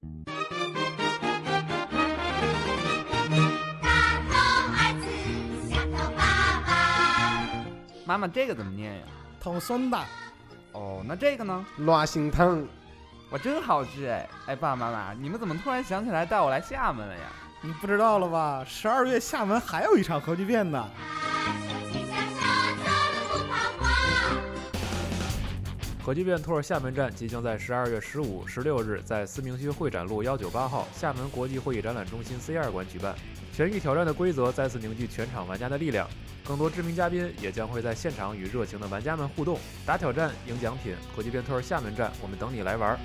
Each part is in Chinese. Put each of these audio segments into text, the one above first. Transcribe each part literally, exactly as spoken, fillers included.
妈妈，这个怎么念呀？ 头孙的。 哦，那这个呢？ 乱心汤。 哇，真好吃哎！哎，爸爸妈妈，你们怎么突然想起来带我来厦门了呀？ 你不知道了吧？十二月厦门还有一场核聚变呢。 核聚变 tour 厦门站即将在十二月十五、十六日在思明区会展路一九八号厦门国际会议展览中心 C 二 馆举办。全域挑战的规则再次凝聚全场玩家的力量，更多知名嘉宾也将会在现场与热情的玩家们互动，打挑战、赢奖品。核聚变 tour 厦门站，我们等你来玩。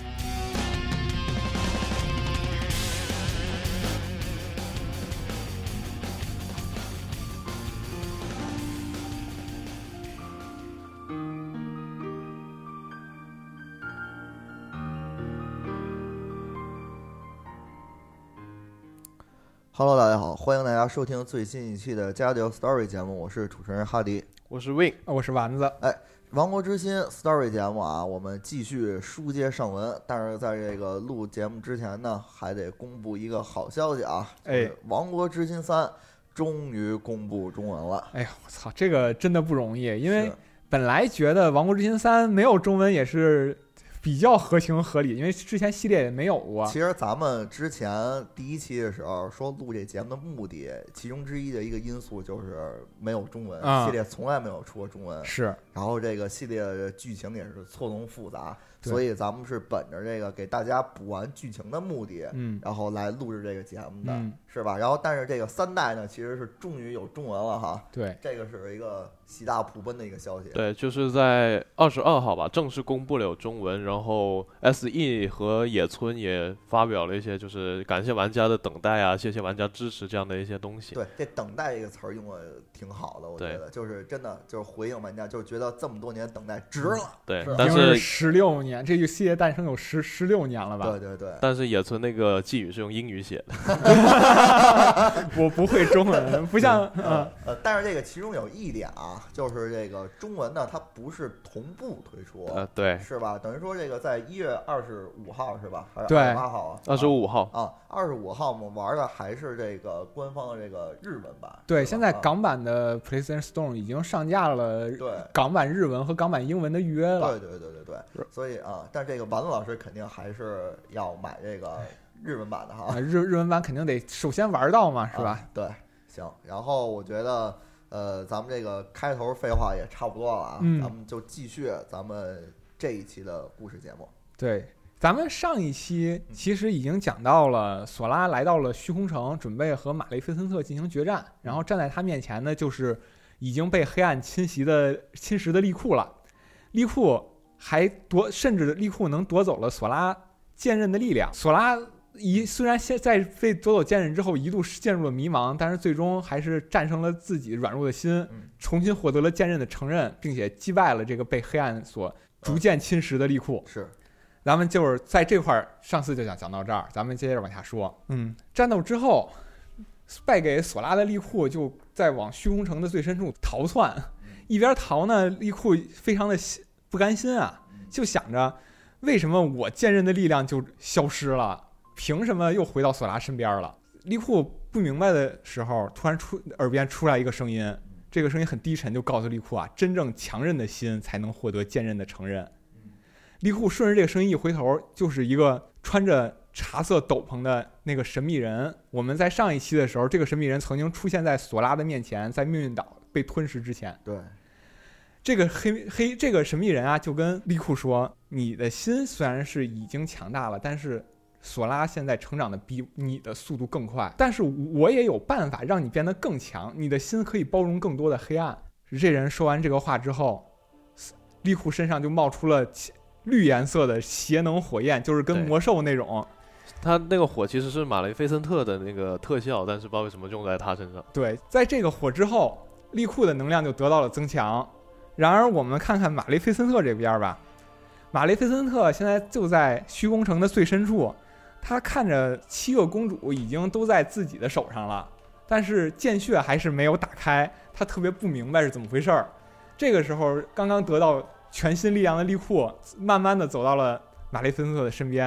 Hello， 大家好，欢迎大家收听最新一期的家教 Story 节目，我是主持人哈迪， 我是 Win， 我是丸子。 哎，亡国之心 Story 节目啊，我们继续书接上文，但是在这个录节目之前呢，还得公布一个好消息啊， 哎， 亡国之心三终于公布中文了。 哎呀，我操，这个真的不容易，因为本来觉得亡国之心三没有中文也是比较合情合理，因为之前系列也没有过。 其实咱们之前第一期的时候说录这节目的目的，其中之一的一个因素就是没有中文， 嗯、 系列从来没有出过中文。 是， 然后这个系列的剧情也是错综复杂，所以咱们是本着这个给大家补完剧情的目的， 嗯， 然后来录制这个节目的， 嗯、 是吧？然后但是这个三代呢，其实是终于有中文了哈。 对， 这个是一个喜大普奔的一个消息。 对，就是在二十二号吧，正式公布了有中文，然后 S E 和野村也发表了一些就是感谢玩家的等待啊，谢谢玩家支持这样的一些东西。 对，这等待这个词儿用的挺好的，我觉得就是真的就是回应玩家，就是觉得这么多年等待值了。 对， 是但是十六年，这个系列诞生有十十六年了吧？ 对对对。 但是野村那个寄语是用英语写的， 我不会中文，不像呃呃，但是这个其中有一点啊，就是这个中文呢，它不是同步推出， 呃，对， 是吧？等于说这个在一月二十五号是吧？还是对二十八号啊？ 二十五号啊，二十五号我们玩的还是这个官方的这个日文版。 对，现在港版的 PlayStation Store 已经上架了， 对， 港版日文和港版英文的预约了。 对对对对对，所以啊，但这个丸子老师肯定还是要买这个日文版的哈。 啊、日日文版肯定得首先玩到嘛，是吧？ 啊、对，行。然后我觉得，呃，咱们这个开头废话也差不多了啊， 嗯、 咱们就继续咱们这一期的故事节目。 对。咱们上一期其实已经讲到了，索拉来到了虚空城，准备和马雷菲森特进行决战。然后站在他面前呢，就是已经被黑暗侵袭的侵蚀的利库了。利库还夺，甚至利库能夺走了索拉剑刃的力量。索拉一虽然现在被夺走剑刃之后一度陷入了迷茫，但是最终还是战胜了自己软弱的心，重新获得了剑刃的承认，并且击败了这个被黑暗所逐渐侵蚀的利库。 是。 咱们就是在这块儿，上次就讲讲到这儿，咱们接着往下说。嗯，战斗之后，败给索拉的利库就在往虚空城的最深处逃窜，一边逃呢，利库非常的不甘心啊，就想着为什么我剑刃的力量就消失了，凭什么又回到索拉身边了？利库不明白的时候，突然出耳边出来一个声音，这个声音很低沉，就告诉利库啊，真正强韧的心才能获得剑刃的承认。利库顺着这个声音一回头，就是一个穿着茶色斗篷的那个神秘人。我们在上一期的时候，这个神秘人曾经出现在索拉的面前，在命运岛被吞噬之前。 对， 这个黑黑这个神秘人啊，就跟利库说：“你的心虽然是已经强大了，但是索拉现在成长的比你的速度更快，但是我也有办法让你变得更强，你的心可以包容更多的黑暗。”这人说完这个话之后，利库身上就冒出了绿颜色的邪能火焰，就是跟魔兽那种。 他那个火其实是马雷菲森特的那个特效，但是不知道为什么用在他身上。 对，在这个火之后，利库的能量就得到了增强。然而我们看看马雷菲森特这边吧，马雷菲森特现在就在虚空城的最深处，他看着七个公主已经都在自己的手上了，但是剑穴还是没有打开，他特别不明白是怎么回事儿。这个时候刚刚得到全新力量的利库慢慢的走到了马雷菲森特的身边，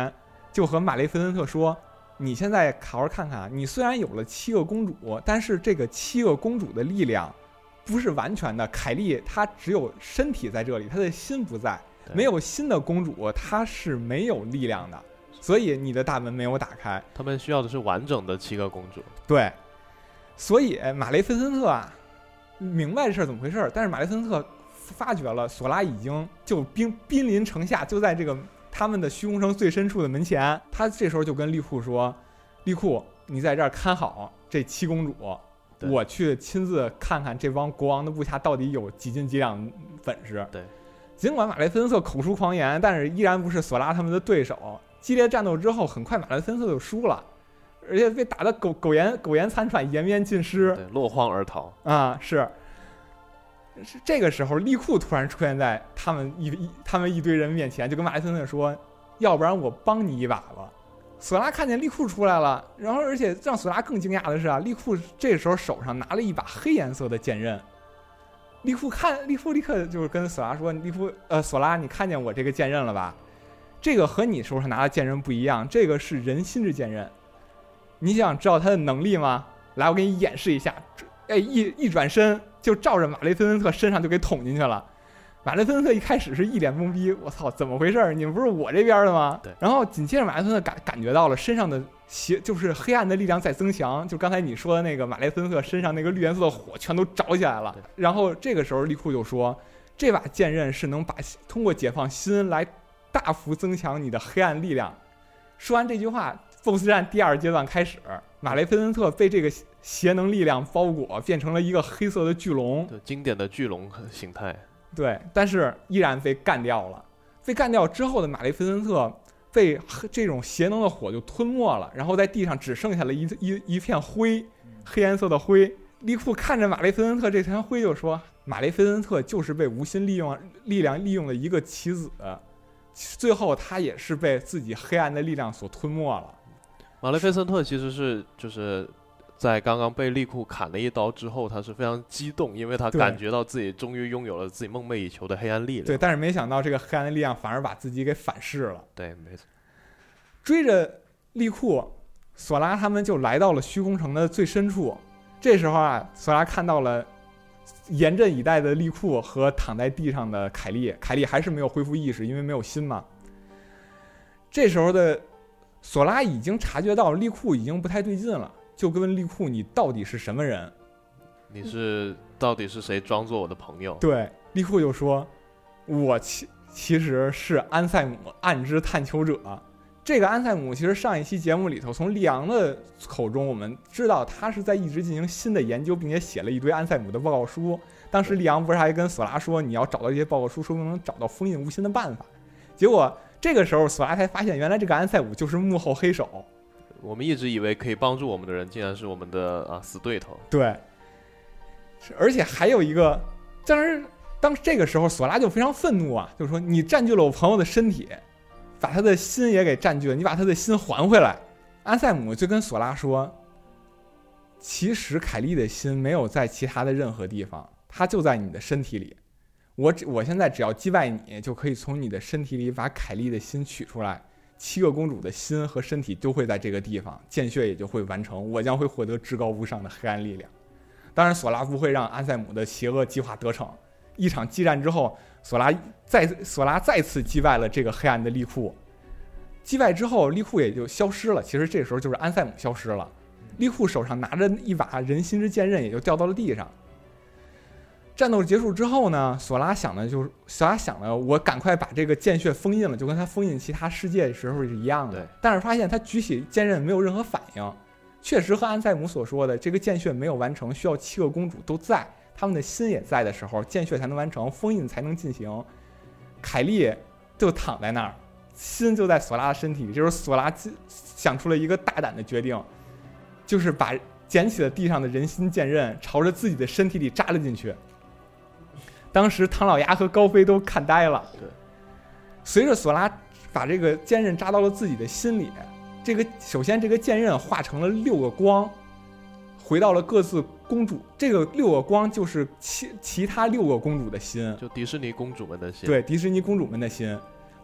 就和玛丽菲森特说，你现在好好看看，你虽然有了七个公主，但是这个七个公主的力量不是完全的，凯莉她只有身体在这里，她的心不在，没有心的公主她是没有力量的，所以你的大门没有打开， 他们需要的是完整的七个公主。 对，所以玛丽菲森特啊明白这事儿怎么回事，但是玛丽菲森特发觉了索拉已经就兵兵临城下，就在这个他们的虚空城最深处的门前。他这时候就跟利库说，利库你在这儿看好这七公主，我去亲自看看这帮国王的部下到底有几斤几两本事。 对， 尽管玛丽菲森特口出狂言，但是依然不是索拉他们的对手。激烈战斗之后，很快玛丽菲森特就输了，而且被打得苟苟延苟延残喘，颜面尽失， 对，落荒而逃啊！是，是这个时候，利库突然出现在他们一一他们一堆人面前，就跟玛丽森特说：“要不然我帮你一把吧。”索拉看见利库出来了，然后而且让索拉更惊讶的是啊，利库这时候手上拿了一把黑颜色的剑刃。利库看利库立刻就是跟索拉说：“利库呃，索拉，你看见我这个剑刃了吧？这个和你手上拿的剑刃不一样，这个是人心之剑刃。你想知道它的能力吗？来，我给你演示一下。”哎，一一转身就照着玛丽菲森特身上就给捅进去了。玛丽菲森特一开始是一脸懵逼，我操，怎么回事？你们不是我这边的吗？ 对。 然后紧接着玛丽菲森特感感觉到了身上的邪，就是黑暗的力量在增强，就刚才你说的那个玛丽菲森特身上那个绿颜色的火全都着起来了。然后这个时候利库就说，这把剑刃是能把通过解放心来大幅增强你的黑暗力量。说完这句话， B O S S 战第二阶段开始，玛丽菲森特被这个邪能力量包裹，变成了一个黑色的巨龙， 对，经典的巨龙形态。 对，但是依然被干掉了。被干掉之后的玛丽菲森特被这种邪能的火就吞没了，然后在地上只剩下了一一一片灰，黑颜色的灰。利库看着玛丽菲森特这团灰就说，玛丽菲森特就是被无心利用力量利用的一个棋子，最后他也是被自己黑暗的力量所吞没了。 玛丽菲森特其实是就是在刚刚被利库砍了一刀之后，他是非常激动，因为他感觉到自己终于拥有了自己梦寐以求的黑暗力量。 对，但是没想到这个黑暗的力量反而把自己给反噬了。 对，没错。 追着利库，索拉他们就来到了虚空城的最深处。这时候啊，索拉看到了严阵以待的利库和躺在地上的凯莉，凯莉还是没有恢复意识，因为没有心嘛。这时候的索拉已经察觉到利库已经不太对劲了，就问利库，你到底是什么人？ 你是到底是谁装作我的朋友？ 对，利库就说，我其其实是安塞姆暗之探求者。这个安塞姆其实上一期节目里头从利昂的口中我们知道他是在一直进行新的研究，并且写了一堆安塞姆的报告书。当时利昂不是还跟索拉说，你要找到这些报告书，说不定能找到封印无心的办法。结果这个时候索拉才发现，原来这个安塞姆就是幕后黑手。 我们一直以为可以帮助我们的人，竟然是我们的啊死对头。 对，而且还有一个，当时当这个时候索拉就非常愤怒啊，就是说你占据了我朋友的身体，把他的心也给占据了，你把他的心还回来。安塞姆就跟索拉说，其实凯莉的心没有在其他的任何地方，它就在你的身体里。我我现在只要击败你，就可以从你的身体里把凯莉的心取出来，七个公主的心和身体都会在这个地方，剑血也就会完成，我将会获得至高无上的黑暗力量。当然索拉不会让安塞姆的邪恶计划得逞。一场激战之后，索拉再索拉再次击败了这个黑暗的利库。击败之后，利库也就消失了，其实这时候就是安塞姆消失了。利库手上拿着一把人心之剑刃也就掉到了地上。战斗结束之后呢，索拉想的就是索拉想的，我赶快把这个剑血封印了，就跟他封印其他世界的时候是一样的。但是发现他举起剑刃没有任何反应，确实和安塞姆所说的这个剑血没有完成，需要七个公主都在，他们的心也在的时候，剑血才能完成，封印才能进行。凯莉就躺在那儿，心就在索拉的身体里。这时候索拉想出了一个大胆的决定，就是把捡起了地上的人心剑刃朝着自己的身体里扎了进去。当时唐老鸭和高飞都看呆了。 对， 随着索拉把这个剑刃扎到了自己的心里，这个首先这个剑刃化成了六个光，回到了各自公主。这个六个光就是其其他六个公主的心， 就迪士尼公主们的心。 对，迪士尼公主们的心，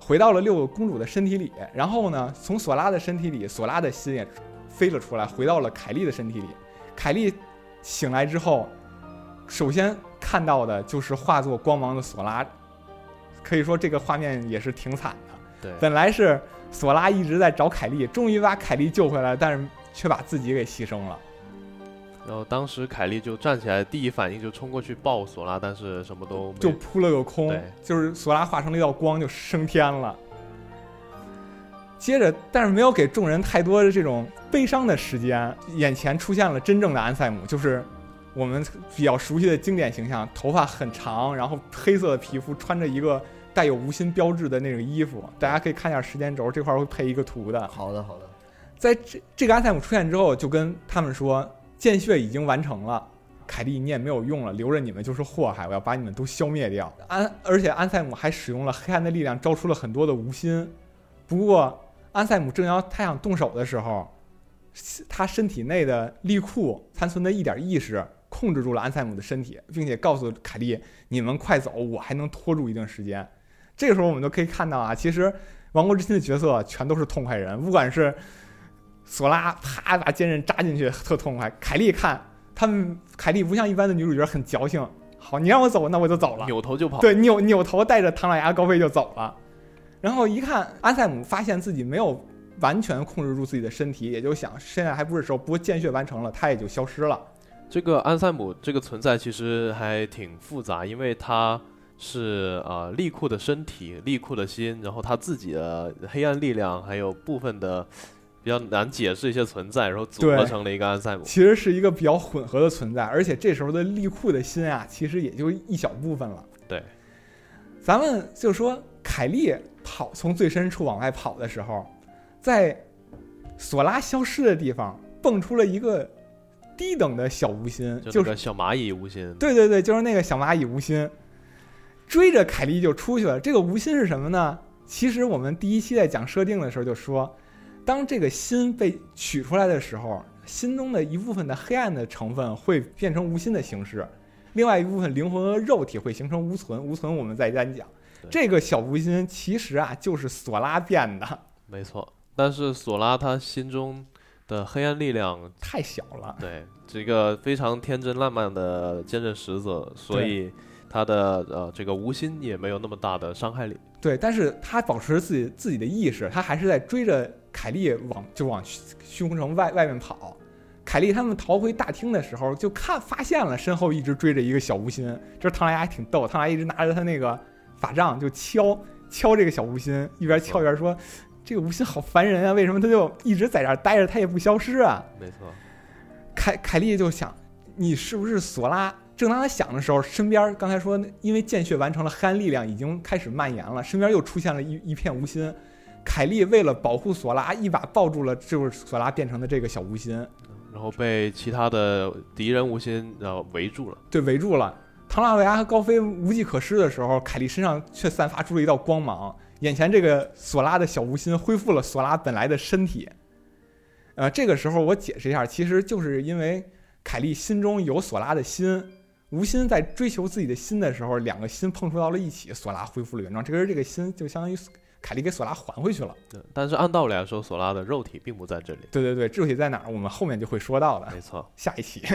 回到了六个公主的身体里，然后呢，从索拉的身体里，索拉的心也飞了出来，回到了凯莉的身体里。凯莉醒来之后，首先看到的就是化作光芒的索拉，可以说这个画面也是挺惨的。 对， 本来是索拉一直在找凯莉，终于把凯莉救回来，但是却把自己给牺牲了。 然后当时凯莉就站起来，第一反应就冲过去抱索拉，但是什么都没就扑了个空，就是索拉化成了一道光就升天了。接着，但是没有给众人太多的这种悲伤的时间，眼前出现了真正的安塞姆，就是我们比较熟悉的经典形象，头发很长，然后黑色的皮肤，穿着一个带有无心标志的那种衣服。大家可以看一下时间轴，这块会配一个图的。 好的，好的。 在这这个安塞姆出现之后，就跟他们说，剑血已经完成了，凯莉你也没有用了，留着你们就是祸害，我要把你们都消灭掉。安而且安塞姆还使用了黑暗的力量，招出了很多的无心。不过安塞姆正要他想动手的时候，他身体内的利库残存的一点意识控制住了安塞姆的身体，并且告诉凯莉，你们快走，我还能拖住一段时间。这个时候我们都可以看到啊，其实王国之心的角色全都是痛快人，不管是索拉啪把剑刃扎进去特痛快，凯莉看他们，凯莉不像一般的女主角很矫情，好你让我走那我就走了， 扭头就跑， 对，扭扭头带着唐老鸭高飞就走了。然后一看安塞姆发现自己没有完全控制住自己的身体，也就想现在还不是时候，不过剑血完成了，他也就消失了。 这个安塞姆这个存在其实还挺复杂，因为他是呃利库的身体、利库的心，然后他自己的黑暗力量，还有部分的比较难解释一些存在，然后组合成了一个安塞姆。 其实是一个比较混合的存在，而且这时候的利库的心啊，其实也就一小部分了。 对， 咱们就说凯莉跑从最深处往外跑的时候，在索拉消失的地方蹦出了一个低等的小无心， 就那个小蚂蚁无心。 对对对，就是那个小蚂蚁无心，追着凯莉就出去了。这个无心是什么呢？其实我们第一期在讲设定的时候就说，当这个心被取出来的时候，心中的一部分的黑暗的成分会变成无心的形式，另外一部分灵魂和肉体会形成无存。无存我们再单讲。这个小无心其实啊就是索拉变的。 没错，但是索拉他心中的黑暗力量太小了， 对，这个非常天真烂漫的坚韧使者，所以他的呃这个无心也没有那么大的伤害力。 对，但是他保持自己自己的意识，他还是在追着凯莉往就往虚空城外外面跑。凯莉他们逃回大厅的时候，就看发现了身后一直追着一个小无心。这唐老鸭还挺逗，唐老鸭一直拿着他那个法杖就敲敲这个小无心，一边敲一边说，这个无心好烦人啊，为什么他就一直在这儿待着，他也不消失啊？ 没错， 凯凯莉就想，你是不是索拉？正当他想的时候，身边刚才说因为剑血完成了，黑暗力量已经开始蔓延了，身边又出现了一一片无心。凯莉为了保护索拉，一把抱住了就是索拉变成的这个小无心， 然后被其他的敌人无心然后围住了。 对，围住了。唐纳维亚和高飞无计可施的时候，凯莉身上却散发出了一道光芒，眼前这个索拉的小无心恢复了索拉本来的身体。呃，这个时候我解释一下，其实就是因为凯莉心中有索拉的心，无心在追求自己的心的时候，两个心碰触到了一起，索拉恢复了原状。这个这个心就相当于凯莉给索拉还回去了。 对，但是按道理来说，索拉的肉体并不在这里。 对对对，肉体在哪儿？我们后面就会说到的。 没错， 下一期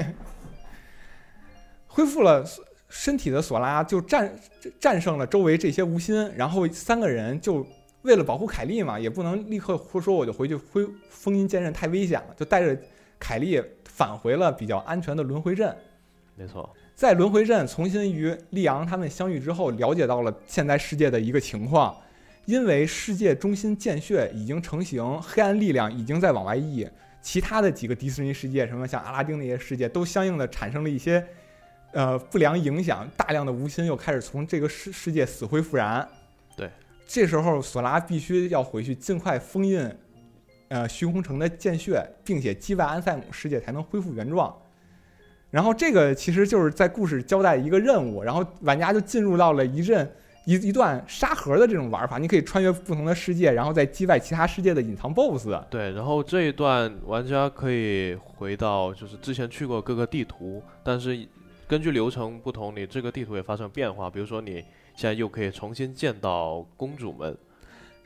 恢复了身体的索拉就战战胜了周围这些无心，然后三个人就为了保护凯莉嘛，也不能立刻说我就回去挥封印剑刃太危险了，就带着凯莉返回了比较安全的轮回阵。 没错， 在轮回阵重新与利昂他们相遇之后，了解到了现在世界的一个情况，因为世界中心剑血已经成型，黑暗力量已经在往外溢，其他的几个迪士尼世界，什么像阿拉丁那些世界，都相应的产生了一些呃不良影响，大量的无心又开始从这个世世界死灰复燃。 对， 这时候索拉必须要回去尽快封印呃虚空城的剑血，并且击败安塞姆，世界才能恢复原状。然后这个其实就是在故事交代一个任务，然后玩家就进入到了一阵一一段沙盒的这种玩法，你可以穿越不同的世界，然后再击败其他世界的隐藏 B O S S。 对，然后这一段玩家可以回到就是之前去过各个地图，但是根据流程不同，你这个地图也发生变化，比如说你现在又可以重新见到公主们，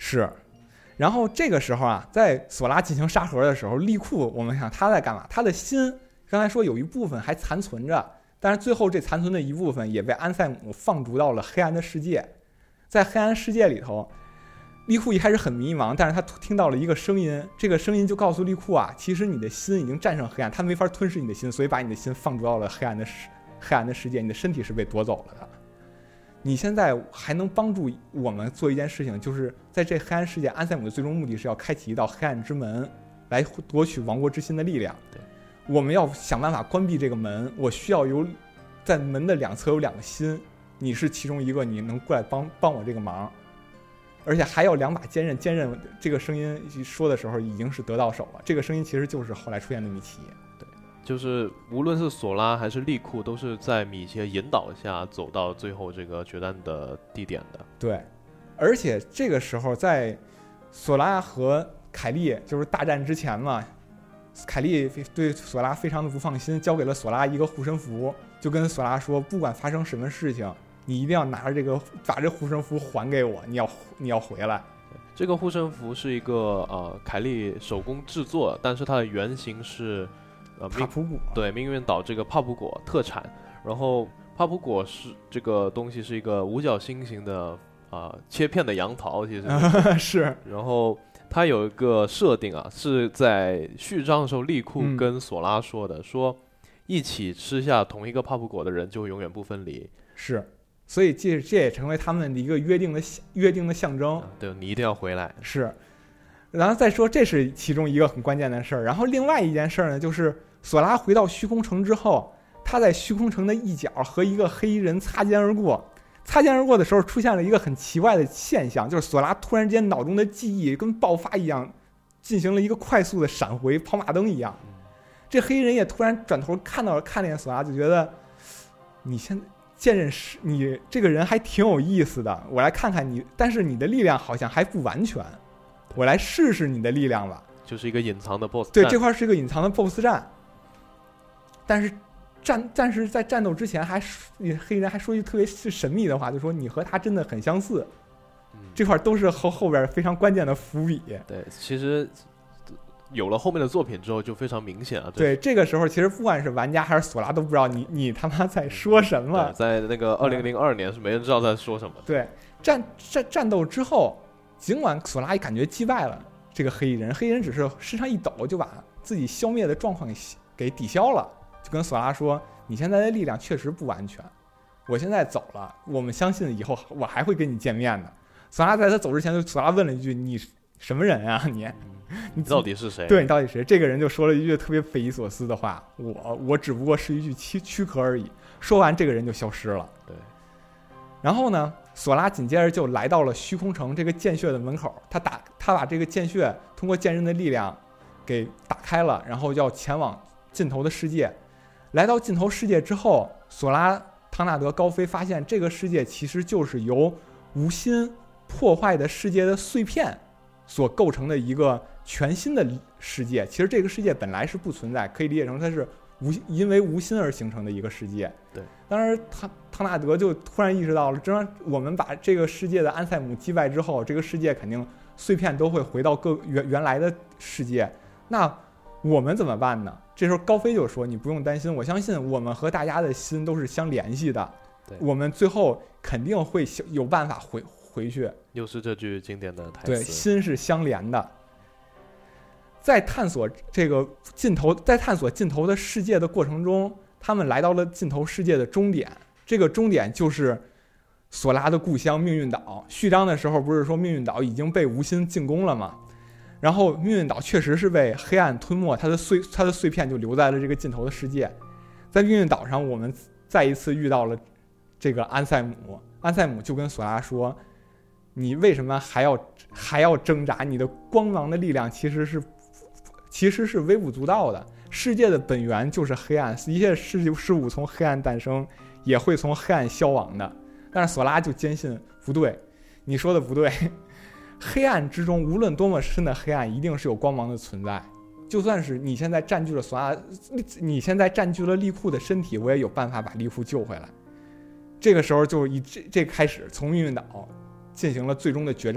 是。然后这个时候啊，在索拉进行沙盒的时候，利库我们想他在干嘛？他的心刚才说有一部分还残存着，但是最后这残存的一部分也被安塞姆放逐到了黑暗的世界。在黑暗世界里头，利库一开始很迷茫，但是他听到了一个声音，这个声音就告诉利库啊，其实你的心已经战胜黑暗，他没法吞噬你的心，所以把你的心放逐到了黑暗的世黑暗的世界，你的身体是被夺走了的。你现在还能帮助我们做一件事情，就是在这黑暗世界，安塞姆的最终目的是要开启一道黑暗之门，来夺取王国之心的力量。 对， 我们要想办法关闭这个门，我需要有在门的两侧有两个心，你是其中一个，你能过来帮帮我这个忙，而且还要两把剑刃。剑刃这个声音说的时候已经是得到手了，这个声音其实就是后来出现的米奇。 就是无论是索拉还是利库，都是在米奇的引导下走到最后这个决战的地点的。 对，而且这个时候在索拉和凯莉就是大战之前嘛，凯莉对索拉非常的不放心，交给了索拉一个护身符，就跟索拉说，不管发生什么事情，你一定要拿着这个把这护身符还给我，你要你要回来。 这个护身符是一个呃凯莉手工制作，但是它的原型是呃帕普果， 对，命运岛这个帕普果特产。然后帕普果是这个东西是一个五角星形的啊、呃、切片的杨桃，其实是。 是然后它有一个设定啊，是在序章的时候，利库跟索拉说的，嗯、说一起吃下同一个帕普果的人就会永远不分离。 是。所以这这也成为他们的一个约定的约定的象征。 对，你一定要回来。 是。然后再说，这是其中一个很关键的事儿。然后另外一件事儿呢，就是索拉回到虚空城之后，他在虚空城的一角和一个黑衣人擦肩而过。擦肩而过的时候，出现了一个很奇怪的现象，就是索拉突然间脑中的记忆跟爆发一样，进行了一个快速的闪回，跑马灯一样。这黑衣人也突然转头看到了看见索拉，就觉得你现在剑刃师，你这个人还挺有意思的，我来看看你，但是你的力量好像还不完全，我来试试你的力量吧。 就是一个隐藏的 boss 战。 对，这块是一个隐藏的 boss 战。但是战，但是在战斗之前还黑人还说一句特别神秘的话，就说你和他真的很相似。嗯、这块都是后后边非常关键的伏笔。 对，其实有了后面的作品之后就非常明显啊。 对，这个时候其实不管是玩家还是索拉都不知道你你他妈在说什么。 在那个二零零二年是没人知道在说什么。 对，战战战斗之后，尽管索拉也感觉击败了这个黑衣人，黑衣人只是身上一抖就把自己消灭的状况给给抵消了，就跟索拉说：“你现在的力量确实不完全，我现在走了，我们相信以后我还会跟你见面的。”索拉在他走之前，就索拉问了一句：“你什么人啊？你？” 你到底是谁？ 对，你到底谁？这个人就说了一句特别匪夷所思的话：“我我只不过是一具躯躯壳而已。”说完，这个人就消失了。 对。 然后呢，索拉紧接着就来到了虚空城这个剑穴的门口，他打他把这个剑穴通过剑刃的力量给打开了，然后要前往尽头的世界。来到尽头世界之后，索拉、唐纳德、高飞发现这个世界其实就是由无心破坏的世界的碎片所构成的一个全新的世界。其实这个世界本来是不存在，可以理解成它是无因为无心而形成的一个世界。 对， 当然唐唐纳德就突然意识到了，真我们把这个世界的安塞姆击败之后，这个世界肯定碎片都会回到各原原来的世界，那我们怎么办呢？这时候高飞就说：“你不用担心，我相信我们和大家的心都是相联系的，我们最后肯定会有办法回回去。” 又是这句经典的台词。 对，心是相连的。在探索这个尽头，在探索尽头的世界的过程中，他们来到了尽头世界的终点。这个终点就是索拉的故乡命运岛。序章的时候不是说命运岛已经被无心进攻了吗？然后命运岛确实是被黑暗吞没，它的碎它的碎片就留在了这个尽头的世界。在命运岛上，我们再一次遇到了这个安塞姆。安塞姆就跟索拉说：“你为什么还要还要挣扎？你的光芒的力量其实是其实是微不足道的。世界的本源就是黑暗，一切事事物从黑暗诞生，也会从黑暗消亡的。”但是索拉就坚信不对，你说的不对。黑暗之中，无论多么深的黑暗，一定是有光芒的存在。就算是你现在占据了索拉，你现在占据了利库的身体，我也有办法把利库救回来。这个时候就以这这开始，从命运岛进行了最终的决战。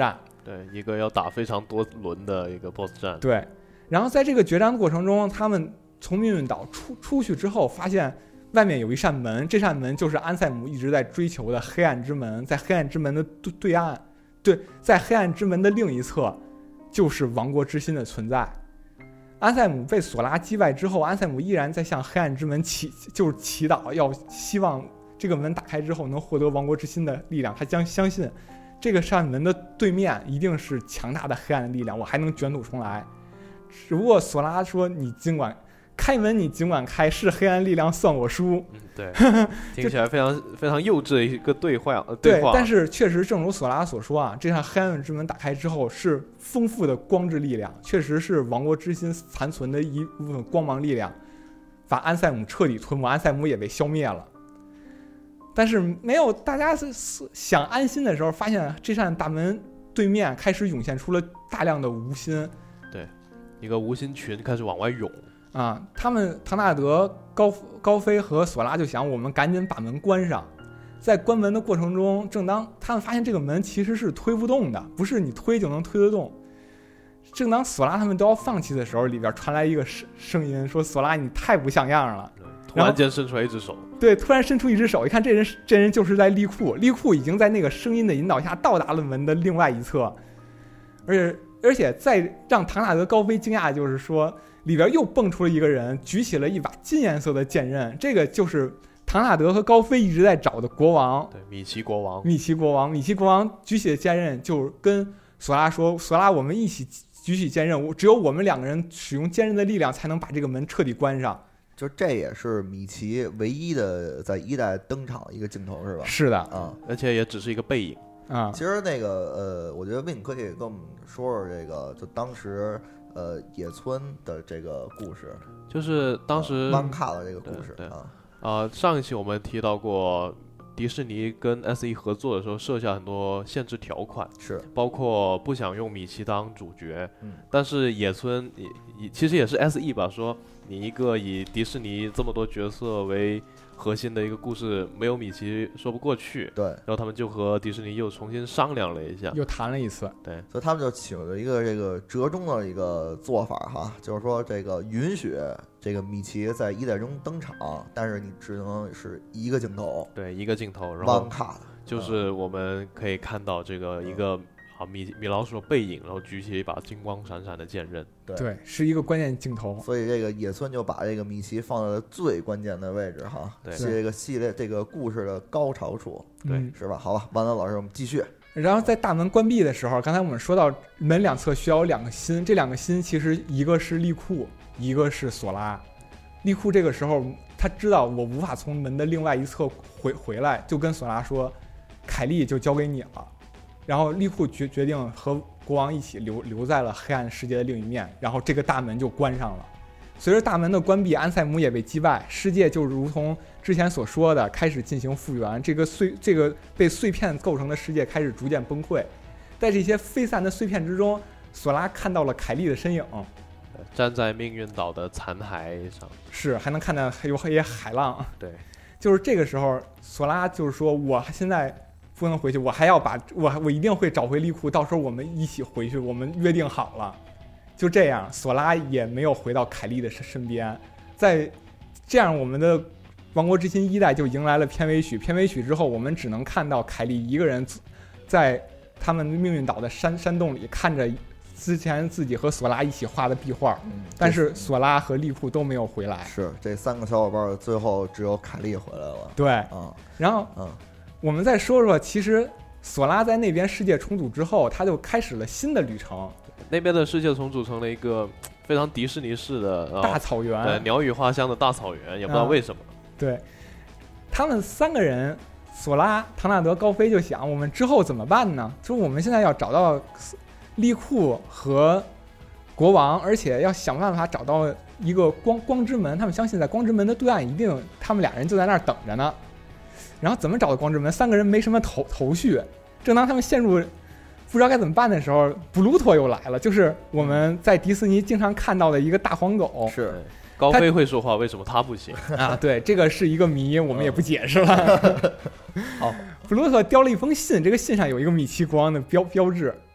对，一个要打非常多轮的一个 boss 战。 对，然后在这个决战的过程中，他们从命运岛出出去之后，发现外面有一扇门，这扇门就是安塞姆一直在追求的黑暗之门。在黑暗之门的对对岸，对，在黑暗之门的另一侧，就是王国之心的存在。安塞姆被索拉击败之后，安塞姆依然在向黑暗之门祈，就是祈祷，要希望这个门打开之后能获得王国之心的力量。他将相信这个扇门的对面一定是强大的黑暗的力量，我还能卷土重来。只不过索拉说：“你尽管开门，你尽管开，是黑暗力量算我输。” 嗯，对，听起来非常非常幼稚的一个对话。呃、 对话， 但是确实正如索拉所说啊，这扇黑暗之门打开之后是丰富的光之力量，确实是王国之心残存的一部分光芒力量，把安塞姆彻底吞没，安塞姆也被消灭了。但是没有大家想安心的时候，发现这扇大门对面开始涌现出了大量的无心。 对，一个无心群开始往外涌啊！他们唐纳德、高高飞和索拉就想，我们赶紧把门关上。在关门的过程中，正当他们发现这个门其实是推不动的，不是你推就能推得动。正当索拉他们都要放弃的时候，里边传来一个声音说：“索拉，你太不像样了。” 突然间伸出来一只手， 对，突然伸出一只手，一看这人，这人就是在利库，利库已经在那个声音的引导下到达了门的另外一侧，而且而且再让唐纳德、高飞惊讶的就是说，里边又蹦出了一个人，举起了一把金颜色的剑刃，这个就是唐纳德和高飞一直在找的国王， 对，米奇国王， 米奇国王，米奇国王举起的剑刃，就跟索拉说：“索拉，我们一起举起剑刃，只有我们两个人使用剑刃的力量，才能把这个门彻底关上。” 就这也是米奇唯一的在一代登场一个镜头，是吧？ 是的啊， 而且也只是一个背影啊。 其实那个呃，我觉得Win可以跟我们说说这个，就当时呃野村的这个故事， 就是当时曼卡的这个故事对对啊。 呃，上一期我们提到过，迪士尼跟 S E 合作的时候设下很多限制条款， 是包括不想用米奇当主角， 嗯， 但是野村也也其实也是 S E 吧，说你一个以迪士尼这么多角色为核心的一个故事，没有米奇说不过去， 对， 然后他们就和迪士尼又重新商量了一下， 又谈了一次， 对， 所以他们就起了一个这个折中的一个做法哈，就是说这个允许这个米奇在一代中登场，但是你只能是一个镜头， 对，一个镜头，然后 one cut， 就是我们可以看到这个一个、嗯、啊米米老鼠的背影，然后举起一把金光闪闪的剑刃， 对， 对，是一个关键镜头。 所以这个野村就把这个米奇放在了最关键的位置哈， 对， 是这个系列这个故事的高潮处， 对， 嗯、 是吧？好吧，万能老师，我们继续。 然后在大门关闭的时候，刚才我们说到门两侧需要有两个心，这两个心其实一个是利库，一个是索拉。利库这个时候他知道我无法从门的另外一侧回回来，就跟索拉说：“凯莉就交给你了。”然后利库决决定和国王一起留留在了黑暗世界的另一面，然后这个大门就关上了。随着大门的关闭，安塞姆也被击败，世界就如同之前所说的开始进行复原，这个碎这个被碎片构成的世界开始逐渐崩溃。在这些飞散的碎片之中，索拉看到了凯莉的身影， 站在命运岛的残骸上， 是还能看到有一些海浪。 对， 就是这个时候，索拉就是说，我现在不能回去，我还要把我我一定会找回利库，到时候我们一起回去，我们约定好了。就这样，索拉也没有回到凯莉的身边。在这样，我们的《王国之心》一代就迎来了片尾曲。片尾曲之后，我们只能看到凯莉一个人在他们命运岛的山山洞里，看着之前自己和索拉一起画的壁画。 嗯， 但是索拉和利库都没有回来。 是这三个小伙伴最后只有凯莉回来了。 对， 嗯， 然后嗯， 我们再说说，其实索拉在那边世界重组之后，他就开始了新的旅程。 那边的世界重组成了一个非常迪士尼式的、呃、 大草原， 对，鸟语花香的大草原，也不知道为什么。 嗯、对，他们三个人，索拉、唐纳德、高飞就想，我们之后怎么办呢？说我们现在要找到利库和国王，而且要想办法找到一个光光之门。他们相信在光之门的对岸，一定他们俩人就在那儿等着呢。然后怎么找到光之门？三个人没什么头头绪。正当他们陷入不知道该怎么办的时候，布鲁托又来了，就是我们在迪士尼经常看到的一个大黄狗。 是高飞会说话，为什么他不行啊？对，这个是一个谜，我们也不解释了。 好， 布鲁托叼了一封信，这个信上有一个米奇国王的标标志。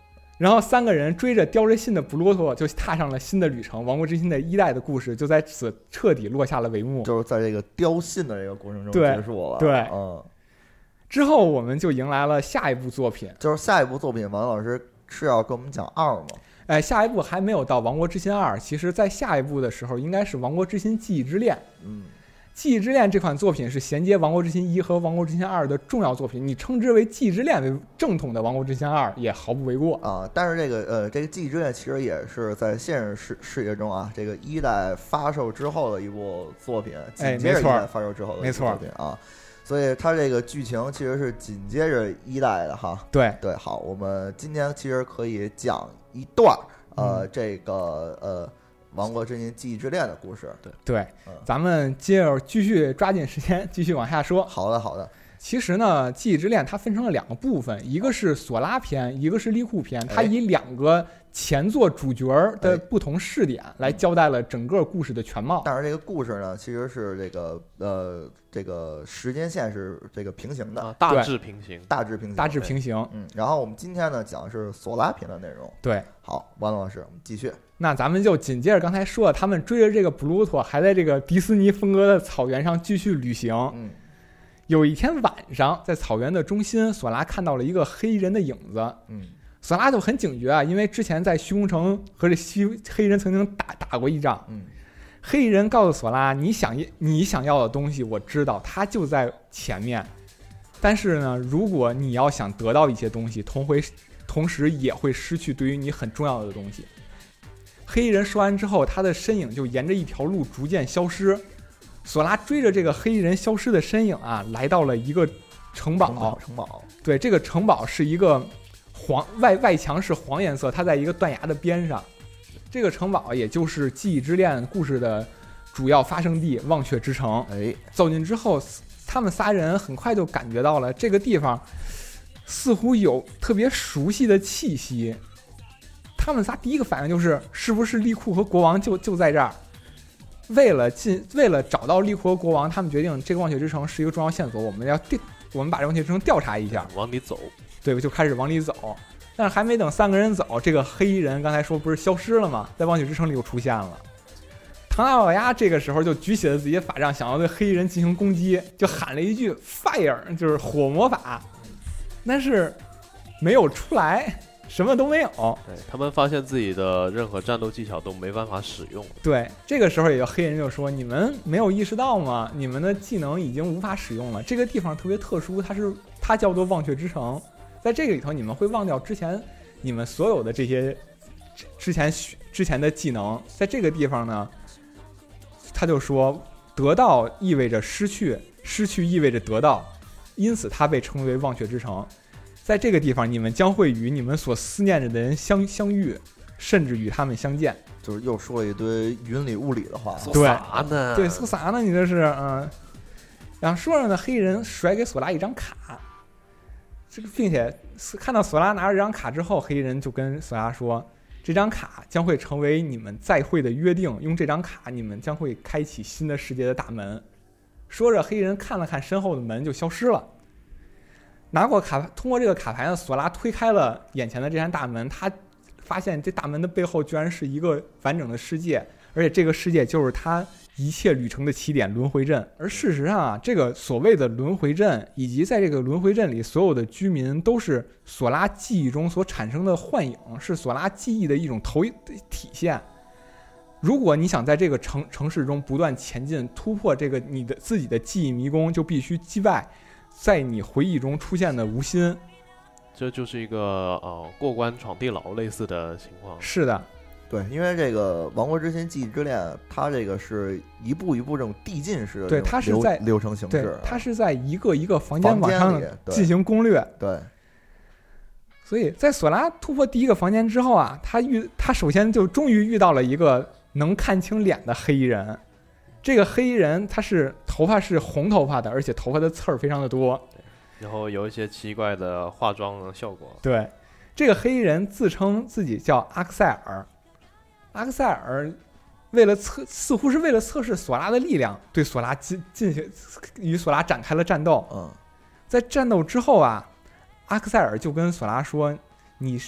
然后三个人追着叼着信的布罗托就踏上了新的旅程，王国之心的一代的故事就在此彻底落下了帷幕， 就是在这个叼信的这个过程中结束了。 对， 嗯， 之后我们就迎来了下一部作品， 就是下一部作品，王老师是要跟我们讲二吗？ 哎，下一部还没有到《王国之心二》，其实在下一部的时候应该是《王国之心记忆之恋》。 嗯。 记忆之恋这款作品是衔接《王国之心一》和《王国之心二》的重要作品，你称之为记忆之恋为正统的《王国之心二》也毫不为过啊。但是这个呃，这个记忆之恋其实也是在现实世世界中啊，这个一代发售之后的一部作品，紧接着一代发售之后的一部作品啊，所以它这个剧情其实是紧接着一代的哈。 对对，好，我们今天其实可以讲一段呃， 嗯、 这个呃。王国之心记忆之恋的故事， 对对、嗯，咱们接着继续抓紧时间继续往下说。 好的好的。 其实呢，记忆之恋它分成了两个部分，一个是索拉篇，一个是利库篇，它以两个前作主角的不同视点来交代了整个故事的全貌。 但是这个故事呢，其实是这个呃这个时间线是这个平行的， 啊、大致平行， 大致平行， 大致平行。 嗯，然后我们今天呢讲的是索拉篇的内容。 对， 好，王老师，我们继续。 那咱们就紧接着刚才说的，他们追着这个布鲁托，还在这个迪士尼风格的草原上继续旅行。 嗯， 有一天晚上，在草原的中心，索拉看到了一个黑人的影子。 嗯， 索拉就很警觉啊，因为之前在虚空城和这西黑人曾经打打过一仗。 嗯， 黑人告诉索拉，你想你想要的东西，我知道，它就在前面。但是呢，如果你要想得到一些东西，同回同时也会失去对于你很重要的东西。黑衣人说完之后，他的身影就沿着一条路逐渐消失。索拉追着这个黑衣人消失的身影啊，来到了一个城堡。 城堡，城堡。 对，这个城堡是一个黄外外墙是黄颜色，它在一个断崖的边上。这个城堡也就是《记忆之恋》故事的主要发生地——忘却之城。 哎， 走进之后，他们仨人很快就感觉到了这个地方似乎有特别熟悉的气息。他们仨第一个反应就是，是不是利库和国王就就在这儿？为了进，为了找到利库和国王，他们决定这个忘却之城是一个重要线索，我们要调，我们把这忘却之城调查一下， 往里走。 对，就开始往里走。但是还没等三个人走，这个黑衣人刚才说不是消失了吗？在忘却之城里又出现了。唐老鸭这个时候就举起了自己的法杖，想要对黑衣人进行攻击，就喊了一句 fire， 就是火魔法，但是没有出来。什么都没有， 对，他们发现自己的任何战斗技巧都没办法使用。 对，这个时候也有黑人就说：“你们没有意识到吗？你们的技能已经无法使用了。这个地方特别特殊，它是它叫做忘却之城，在这个里头，你们会忘掉之前你们所有的这些之前之前的技能。在这个地方呢，他就说，得到意味着失去，失去意味着得到，因此它被称为忘却之城。”在这个地方，你们将会与你们所思念着的人相相遇，甚至与他们相见。 就是又说了一堆云里雾里的话。 对啥呢？ 对，说啥呢？你这是嗯。然后说着呢，黑人甩给索拉一张卡，这个并且看到索拉拿着这张卡之后，黑人就跟索拉说：“这张卡将会成为你们再会的约定，用这张卡，你们将会开启新的世界的大门。”说着，黑人看了看身后的门，就消失了。拿过卡，通过这个卡牌呢，索拉推开了眼前的这扇大门，他发现这大门的背后居然是一个完整的世界，而且这个世界就是他一切旅程的起点——轮回镇。而事实上啊，这个所谓的轮回镇，以及在这个轮回镇里所有的居民，都是索拉记忆中所产生的幻影，是索拉记忆的一种投体现。如果你想在这个城城市中不断前进，突破这个你的自己的记忆迷宫，就必须击败在你回忆中出现的无心。 这就是一个呃过关闯地牢类似的情况。 是的， 对，因为这个《王国之心：记忆之恋》，它这个是一步一步这种递进式的对，它是在流程形式， 对，它是在一个一个房间往上进行攻略。 对， 所以在索拉突破第一个房间之后啊，他遇他首先就终于遇到了一个能看清脸的黑衣人。这个黑衣人他是头发是红头发的，而且头发的刺儿非常的多， 然后有一些奇怪的化妆的效果。 对，这个黑衣人自称自己叫阿克塞尔。阿克塞尔为了测，似乎是为了测试索拉的力量，对索拉进进行与索拉展开了战斗。 嗯， 在战斗之后啊，阿克塞尔就跟索拉说：“你是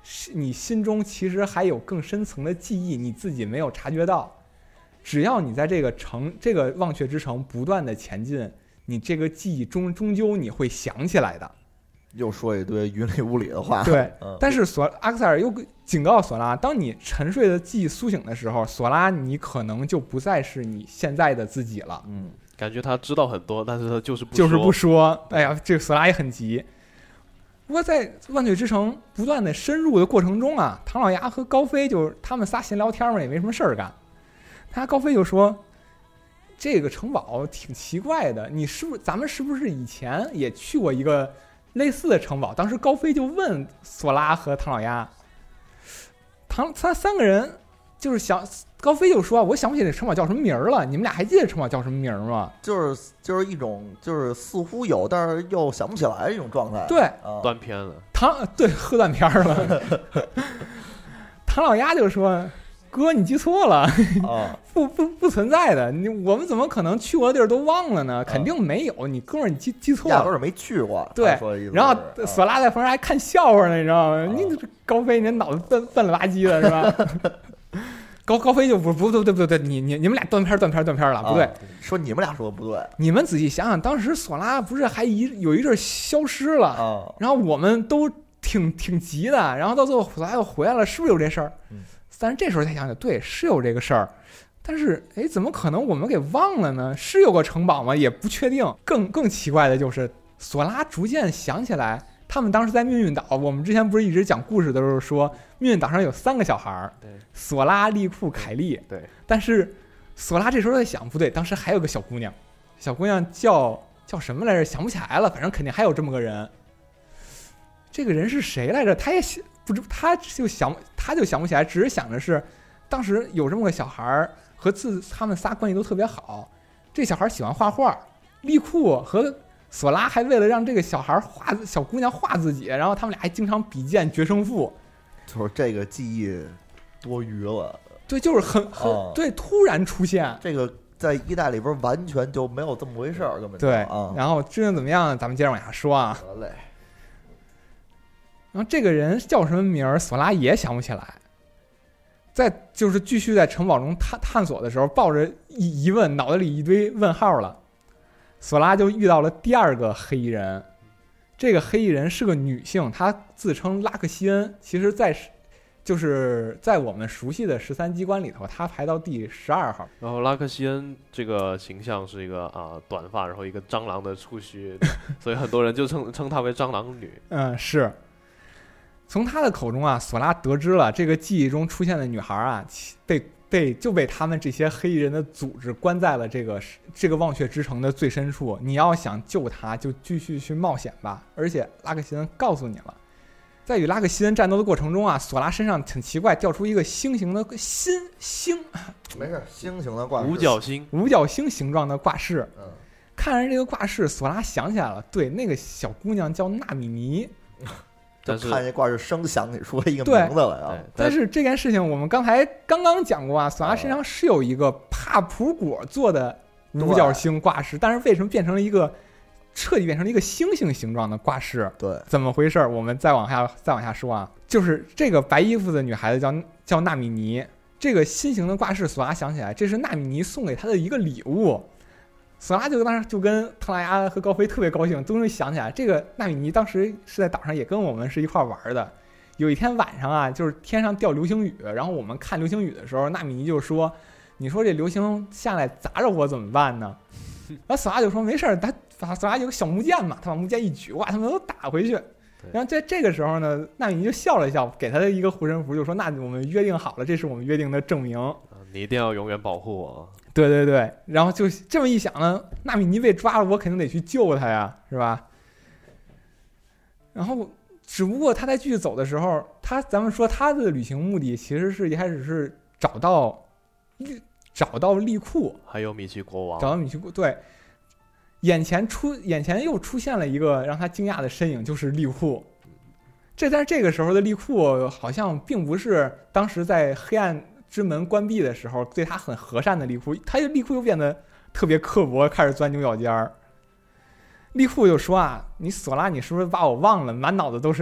你心中其实还有更深层的记忆，你自己没有察觉到。只要你在这个城这个忘却之城不断的前进，你这个记忆终终究你会想起来的。 又说一堆云里雾里的话。 对， 嗯、 但是索阿克塞尔又警告索拉，当你沉睡的记忆苏醒的时候，索拉你可能就不再是你现在的自己了。 嗯， 感觉他知道很多，但是他就是不说就是不说。哎呀，这个索拉也很急。不过在万岁之城不断的深入的过程中啊，唐老鸭和高飞就是他们仨闲聊天嘛，也没什么事儿干。他高飞就说：“这个城堡挺奇怪的，你是不是咱们是不是以前也去过一个？”类似的城堡，当时高飞就问索拉和唐老鸭，唐他三个人就是想，高飞就说：“我想不起这城堡叫什么名儿了，你们俩还记得城堡叫什么名儿吗？” 就是就是一种就是似乎有，但是又想不起来这种状态。 对， 啊、 断片了。 唐对喝断片了。唐老鸭就说：“哥，你记错了， 啊、 不不不存在的。你我们怎么可能去过的地儿都忘了呢？肯定没有。你哥们儿，你记记错了， 压根儿没去过。 对，然后索拉在旁边还看笑话呢，你知道吗？ 啊、 你高飞，你脑子笨笨了吧唧的，是吧？高高飞就不不对不对不对，你你你们俩断片断片断片了，不对。 啊、说你们俩说的不对。 你们仔细想想，当时索拉不是还一有一阵消失了， 啊、 然后我们都挺挺急的，然后到最后索拉又回来了，是不是有这事儿？ 嗯。 但是这时候才想想，对，是有这个事儿，但是哎，怎么可能我们给忘了呢？是有个城堡吗？也不确定。更更奇怪的就是，索拉逐渐想起来，他们当时在命运岛，我们之前不是一直讲故事的时候说，命运岛上有三个小孩儿，索拉、利库、凯利。 对。 但是索拉这时候在想，不对，当时还有个小姑娘，小姑娘叫叫什么来着？想不起来了，反正肯定还有这么个人。这个人是谁来着？他也想。不知他就想他就想不起来，只是想着是当时有这么个小孩和自他们仨关系都特别好，这小孩喜欢画画，利库和索拉还为了让这个小孩画小姑娘画自己，然后他们俩还经常比剑决胜负， 就是这个记忆多余了。 对，就是很很、哦、对，突然出现这个在一代里边完全就没有这么回事儿，根本就对啊。 然后至于怎么样，咱们接着往下说啊。 得嘞。 然后这个人叫什么名儿，索拉也想不起来。在就是继续在城堡中探探索的时候，抱着疑疑问，脑袋里一堆问号了。索拉就遇到了第二个黑衣人，这个黑衣人是个女性，她自称拉克西恩。其实在，就是在我们熟悉的十三机关里头，她排到第十二号。 然后拉克西恩这个形象是一个啊、呃、短发，然后一个蟑螂的触须，所以很多人就称称她为蟑螂女。 嗯，是。从他的口中啊，索拉得知了这个记忆中出现的女孩啊，被被就被他们这些黑衣人的组织关在了这个这个忘却之城的最深处。你要想救他，就继续去冒险吧。而且拉克西恩告诉你了，在与拉克西恩战斗的过程中啊，索拉身上很奇怪掉出一个星形的心星， 没事，星形的挂饰， 五角星， 五角星形状的挂饰。 嗯， 看着这个挂饰，索拉想起来了，对，那个小姑娘叫纳米尼。 就看这挂饰生想起出了一个名字来啊！ 但是这件事情我们刚才刚刚讲过啊，索拉身上是有一个帕普果做的五角星挂饰，但是为什么变成了一个彻底变成了一个星星形状的挂饰？ 对， 怎么回事？我们再往下再往下说啊，就是这个白衣服的女孩子叫叫纳米尼，这个心形的挂饰，索拉想起来，这是纳米尼送给她的一个礼物。索拉就当时就跟特拉亚和高飞特别高兴，终于想起来，这个纳米尼当时是在岛上也跟我们是一块玩的。有一天晚上啊，就是天上掉流星雨，然后我们看流星雨的时候，纳米尼就说：“你说这流星下来砸着我怎么办呢？”然后索拉就说：“没事儿，他索拉有个小木剑嘛，他把木剑一举，哇，他们都打回去。”然后在这个时候呢，纳米尼就笑了笑，给他的一个护身符，就说：“那我们约定好了，这是我们约定的证明。” 你一定要永远保护我。 对对对，然后就这么一想呢，纳米尼被抓了，我肯定得去救他呀，是吧？然后，只不过他在继续走的时候，他咱们说他的旅行目的其实是一开始是找到找到利库， 还有米奇国王， 找到米奇国对，眼前出眼前又出现了一个让他惊讶的身影，就是利库。这但是这个时候的利库好像并不是当时在黑暗之门关闭的时候对他很和善的利库，他利库又变得特别刻薄，开始钻牛角尖儿。利库就说啊，你索拉，你是不是把我忘了？满脑子都是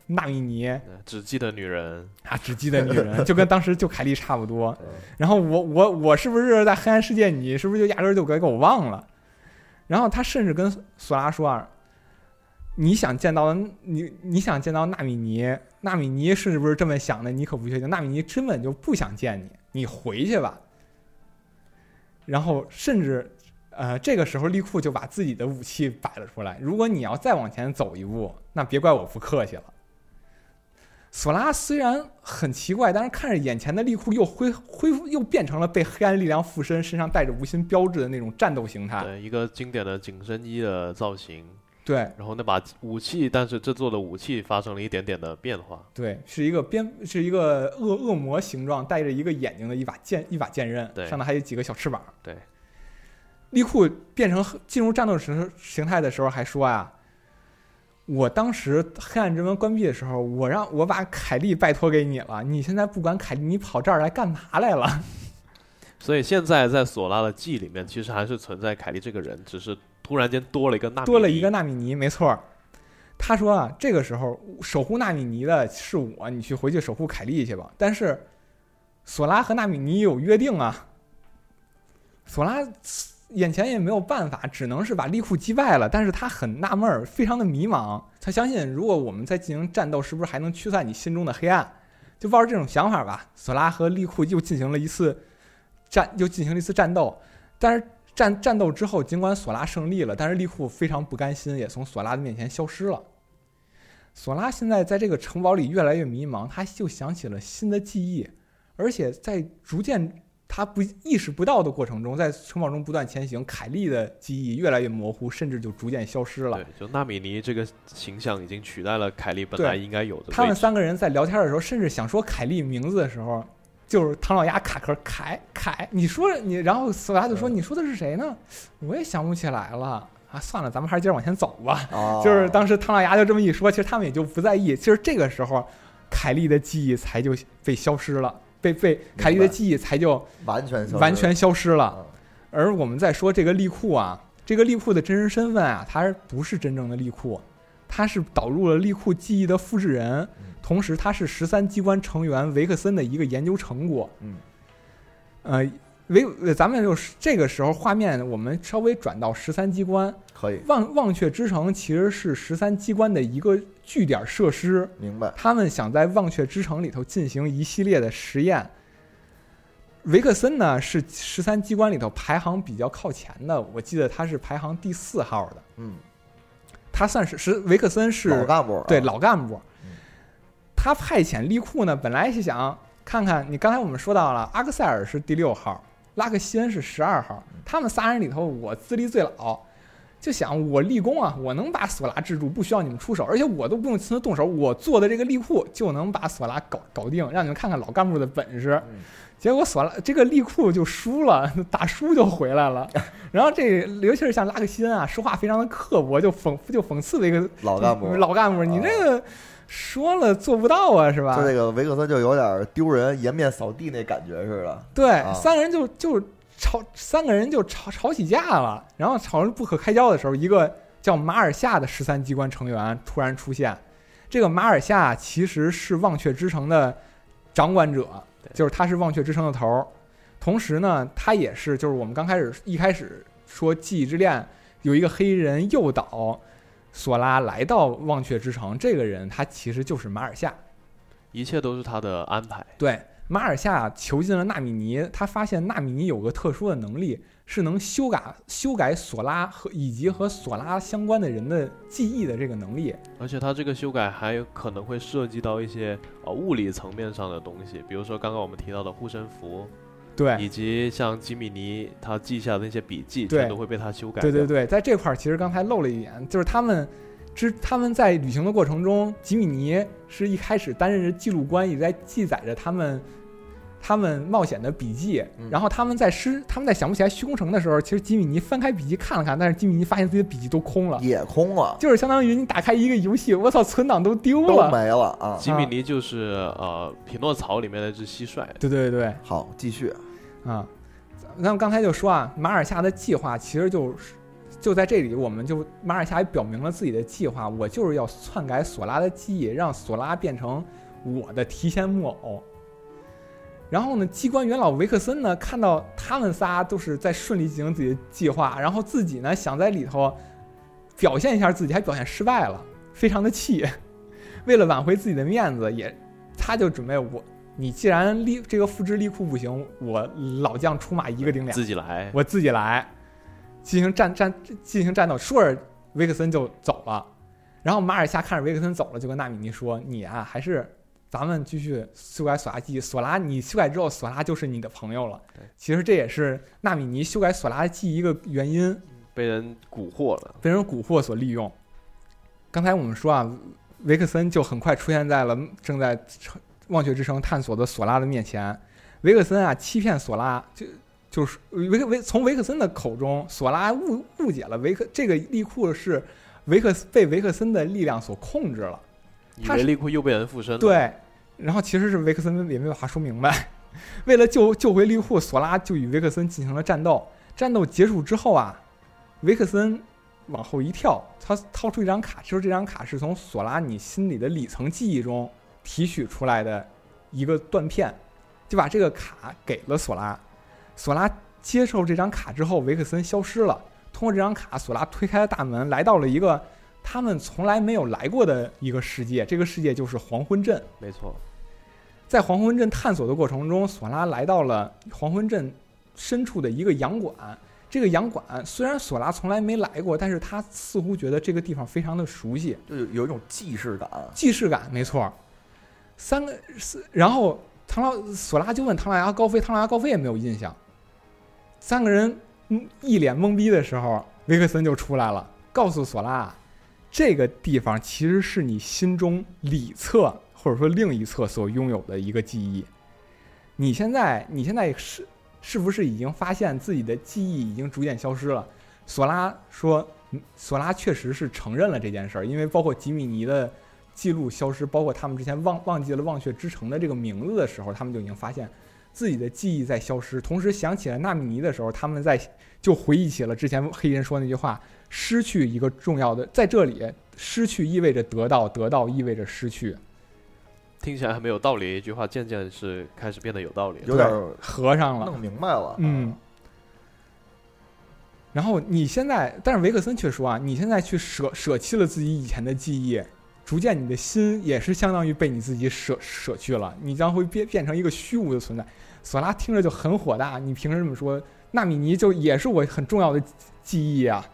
纳米尼， 只记得女人啊，只记得女人，就跟当时就凯莉差不多。然后我我我是不是在黑暗世界，你是不是就压根儿就给给我忘了？然后他甚至跟索拉说啊，你想见到你你想见到纳米尼，纳米尼是不是这么想的？你可不确定，纳米尼根本就不想见你，你回去吧。然后甚至。呃，这个时候利库就把自己的武器摆了出来。如果你要再往前走一步，那别怪我不客气了。索拉虽然很奇怪，但是看着眼前的利库又恢恢复，又变成了被黑暗力量附身、身上带着无心标志的那种战斗形态。 对，一个经典的紧身衣的造型。 对， 然后那把武器，但是这座的武器发生了一点点的变化。 对，是一个边是一个恶恶魔形状，带着一个眼睛的一把剑，一把剑刃，上头还有几个小翅膀。 对。 利库变成进入战斗时形态的时候还说啊，我当时黑暗之门关闭的时候，我让我把凯莉拜托给你了，你现在不管凯莉，你跑这儿来干嘛来了？ 所以现在在索拉的记忆里面，其实还是存在凯莉这个人，只是突然间多了一个纳米尼， 多了一个纳米尼，没错。他说啊，这个时候守护纳米尼的是我，你去回去守护凯莉去吧。但是索拉和纳米尼有约定啊，索拉眼前也没有办法，只能是把利库击败了。但是他很纳闷，非常的迷茫。他相信，如果我们再进行战斗，是不是还能驱散你心中的黑暗？就抱着这种想法吧，索拉和利库又进行了一次战，又进行了一次战斗。但是战战斗之后，尽管索拉胜利了，但是利库非常不甘心，也从索拉的面前消失了。索拉现在在这个城堡里越来越迷茫，他就想起了新的记忆，而且在逐渐。他不意识不到的过程中，在城堡中不断前行，凯莉的记忆越来越模糊，甚至就逐渐消失了。 对，就纳米尼这个形象已经取代了凯莉本来应该有的位置。 他们三个人在聊天的时候，甚至想说凯莉名字的时候，就是唐老鸭卡壳凯凯，你说你，然后索拉就说、嗯、你说的是谁呢？我也想不起来了啊，算了，咱们还是接着往前走吧。哦、就是当时唐老鸭就这么一说，其实他们也就不在意。其实这个时候，凯莉的记忆才就被消失了。被被凯莉的记忆才就完全完全消失了，而我们在说这个利库啊，这个利库的真实身份啊，他不是真正的利库，他是导入了利库记忆的复制人，同时他是十三机关成员维克森的一个研究成果。 嗯， 呃，维咱们就是这个时候画面我们稍微转到十三机关， 可以。 忘忘却之城其实是十三机关的一个据点设施， 明白？ 他们想在忘却之城里头进行一系列的实验。维克森呢是十三机关里头排行比较靠前的，我记得他是排行第四号的。 嗯， 他算是是维克森是老干部， 对老干部。 嗯、 他派遣利库呢，本来是想看看你刚才我们说到了，阿克塞尔是第六号，拉克西恩是十二号，他们仨人里头我资历最老。就想我立功啊，我能把索拉制住，不需要你们出手，而且我都不用亲自动手，我做的这个利库就能把索拉搞搞定，让你们看看老干部的本事。 嗯、 结果索拉这个利库就输了，打输就回来了。然后这尤其是像拉克西恩啊，说话非常的刻薄，就讽就讽刺这个老干部， 老干部，你这个说了做不到啊，是吧？ 就这个维克森就有点丢人，颜面扫地那感觉似的。 对， 啊、 三个人就就。吵三个人就吵吵起架了，然后吵得不可开交的时候，一个叫马尔夏的十三机关成员突然出现。这个马尔夏其实是忘却之城的掌管者，就是他是忘却之城的头。同时呢，他也是就是我们刚开始一开始说记忆之恋有一个黑人诱导索拉来到忘却之城，这个人他其实就是马尔夏， 一切都是他的安排。 对。马尔夏囚禁了纳米尼，他发现纳米尼有个特殊的能力，是能修改修改索拉和以及和索拉相关的人的记忆的这个能力。 而且他这个修改还有可能会涉及到一些呃物理层面上的东西，比如说刚刚我们提到的护身符， 对， 以及像吉米尼他记下的那些笔记，全都会被他修改。 对对对，在这块其实刚才漏了一点，就是他们。之他们在旅行的过程中，吉米尼是一开始担任着记录官，也在记载着他们他们冒险的笔记。 嗯、 然后他们在失他们在想不起来虚空城的时候，其实吉米尼翻开笔记看了看，但是吉米尼发现自己的笔记都空了， 也空了， 就是相当于你打开一个游戏，我操，存档都丢了， 都没了啊！ 吉米尼就是呃匹诺曹里面的只蟋蟀。 对对对， 好，继续啊。那么刚才就说啊，马尔夏的计划其实就是。 就在这里，我们就马尔夏也表明了自己的计划，我就是要篡改索拉的记忆，让索拉变成我的提线木偶。然后呢，机关元老维克森呢，看到他们仨都是在顺利进行自己的计划，然后自己呢想在里头表现一下自己，还表现失败了，非常的气。为了挽回自己的面子，也他就准备我，你既然利这个复制利库不行，我老将出马一个顶俩， 自己来， 我自己来进行战战进行战斗。说着，维克森就走了。然后马尔夏看着维克森走了，就跟纳米尼说：“你啊，还是。”咱们继续修改索拉记忆，索拉你修改之后，索拉就是你的朋友了。其实这也是纳米尼修改索拉的记忆一个原因， 被人蛊惑了， 被人蛊惑所利用。刚才我们说啊，维克森就很快出现在了正在忘却之城探索的索拉的面前。维克森啊，欺骗索拉，就就是维克维从维克森的口中，索拉误误解了维克这个利库是维克被维克森的力量所控制了。 以为利库又被人附身了， 对，然后其实是维克森也没把话说明白。为了救救回利库，索拉就与维克森进行了战斗。战斗结束之后啊，维克森往后一跳，他掏出一张卡，就是这张卡是从索拉你心里的里层记忆中提取出来的一个断片，就把这个卡给了索拉。索拉接受这张卡之后，维克森消失了。通过这张卡，索拉推开了大门，来到了一个他们从来没有来过的一个世界，这个世界就是黄昏镇。 没错， 在黄昏镇探索的过程中，索拉来到了黄昏镇深处的一个洋馆。这个洋馆虽然索拉从来没来过，但是他似乎觉得这个地方非常的熟悉， 就有有一种既视感。 既视感，没错。三个，然后唐老索拉就问唐老鸭高飞，唐老鸭高飞也没有印象。三个人一脸懵逼的时候，维克森就出来了，告诉索拉。这个地方其实是你心中里侧或者说另一侧所拥有的一个记忆。你现在，你现在是是不是已经发现自己的记忆已经逐渐消失了？索拉说，索拉确实是承认了这件事儿，因为包括吉米尼的记录消失，包括他们之前忘忘记了忘却之城的这个名字的时候，他们就已经发现自己的记忆在消失。同时想起来纳米尼的时候，他们在就回忆起了之前黑人说那句话。失去一个重要的，在这里失去意味着得到，得到意味着失去。 听起来还没有道理，一句话渐渐是开始变得有道理， 有点合上了， 弄明白了。 嗯。然后你现在，但是维克森却说啊，你现在去舍舍弃了自己以前的记忆，逐渐你的心也是相当于被你自己舍舍去了，你将会变变成一个虚无的存在。索拉听着就很火大，你凭什么说纳米尼就也是我很重要的记忆啊？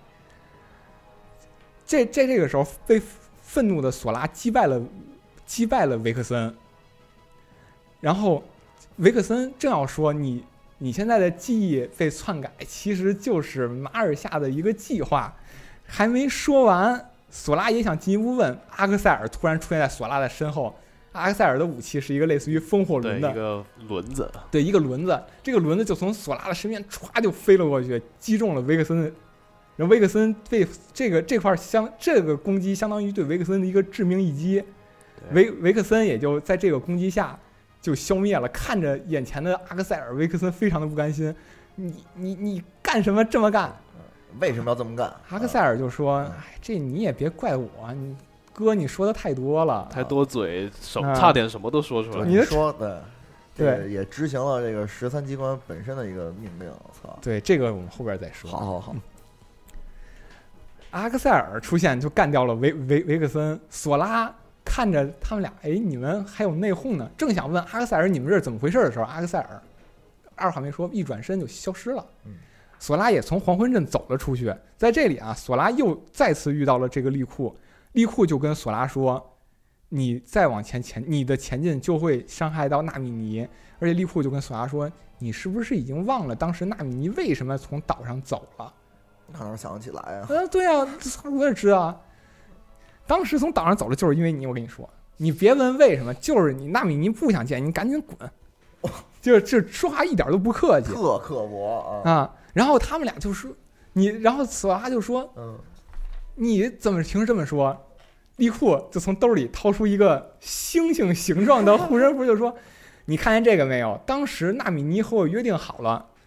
这在这个时候，被愤怒的索拉击败了，击败了维克森。然后，维克森正要说你你现在的记忆被篡改，其实就是马尔夏的一个计划，还没说完，索拉也想进一步问。阿克塞尔突然出现在索拉的身后，阿克塞尔的武器是一个类似于风火轮的一个轮子， 对，一个轮子，这个轮子就从索拉的身边歘就飞了过去，击中了维克森的。然后维克森被这个这块相这个攻击相当于对维克森的一个致命一击，维维克森也就在这个攻击下就消灭了。看着眼前的阿克塞尔，维克森非常的不甘心，你你你干什么这么干？ 为什么要这么干？ 阿克塞尔就说：“哎，这你也别怪我，你哥你说的太多了， 太多嘴，手差点什么都说出来。 你说的。” 对， 也执行了这个十三机关本身的一个命令。我操！ 对，这个我们后边再说。 好好好。 阿克塞尔出现就干掉了维维维克森。索拉看着他们俩，哎，你们还有内讧呢。正想问阿克塞尔你们这是怎么回事的时候，阿克塞尔二话没说，一转身就消失了。 嗯， 索拉也从黄昏镇走了出去。在这里啊，索拉又再次遇到了这个利库。利库就跟索拉说：“你再往前前，你的前进就会伤害到纳米尼。”而且利库就跟索拉说：“你是不是已经忘了当时纳米尼为什么从岛上走了？” 哪能想得起来啊？ 呃，对啊，我也知道，当时从岛上走了，就是因为你。我跟你说，你别问为什么，就是你纳米尼不想见你，赶紧滚。就就说话一点都不客气， 特刻薄啊！ 啊，然后他们俩就说你，然后索拉就说， 嗯， 你怎么凭这么说？利库就从兜里掏出一个星星形状的护身符，就说：“你看见这个没有？当时纳米尼和我约定好了。”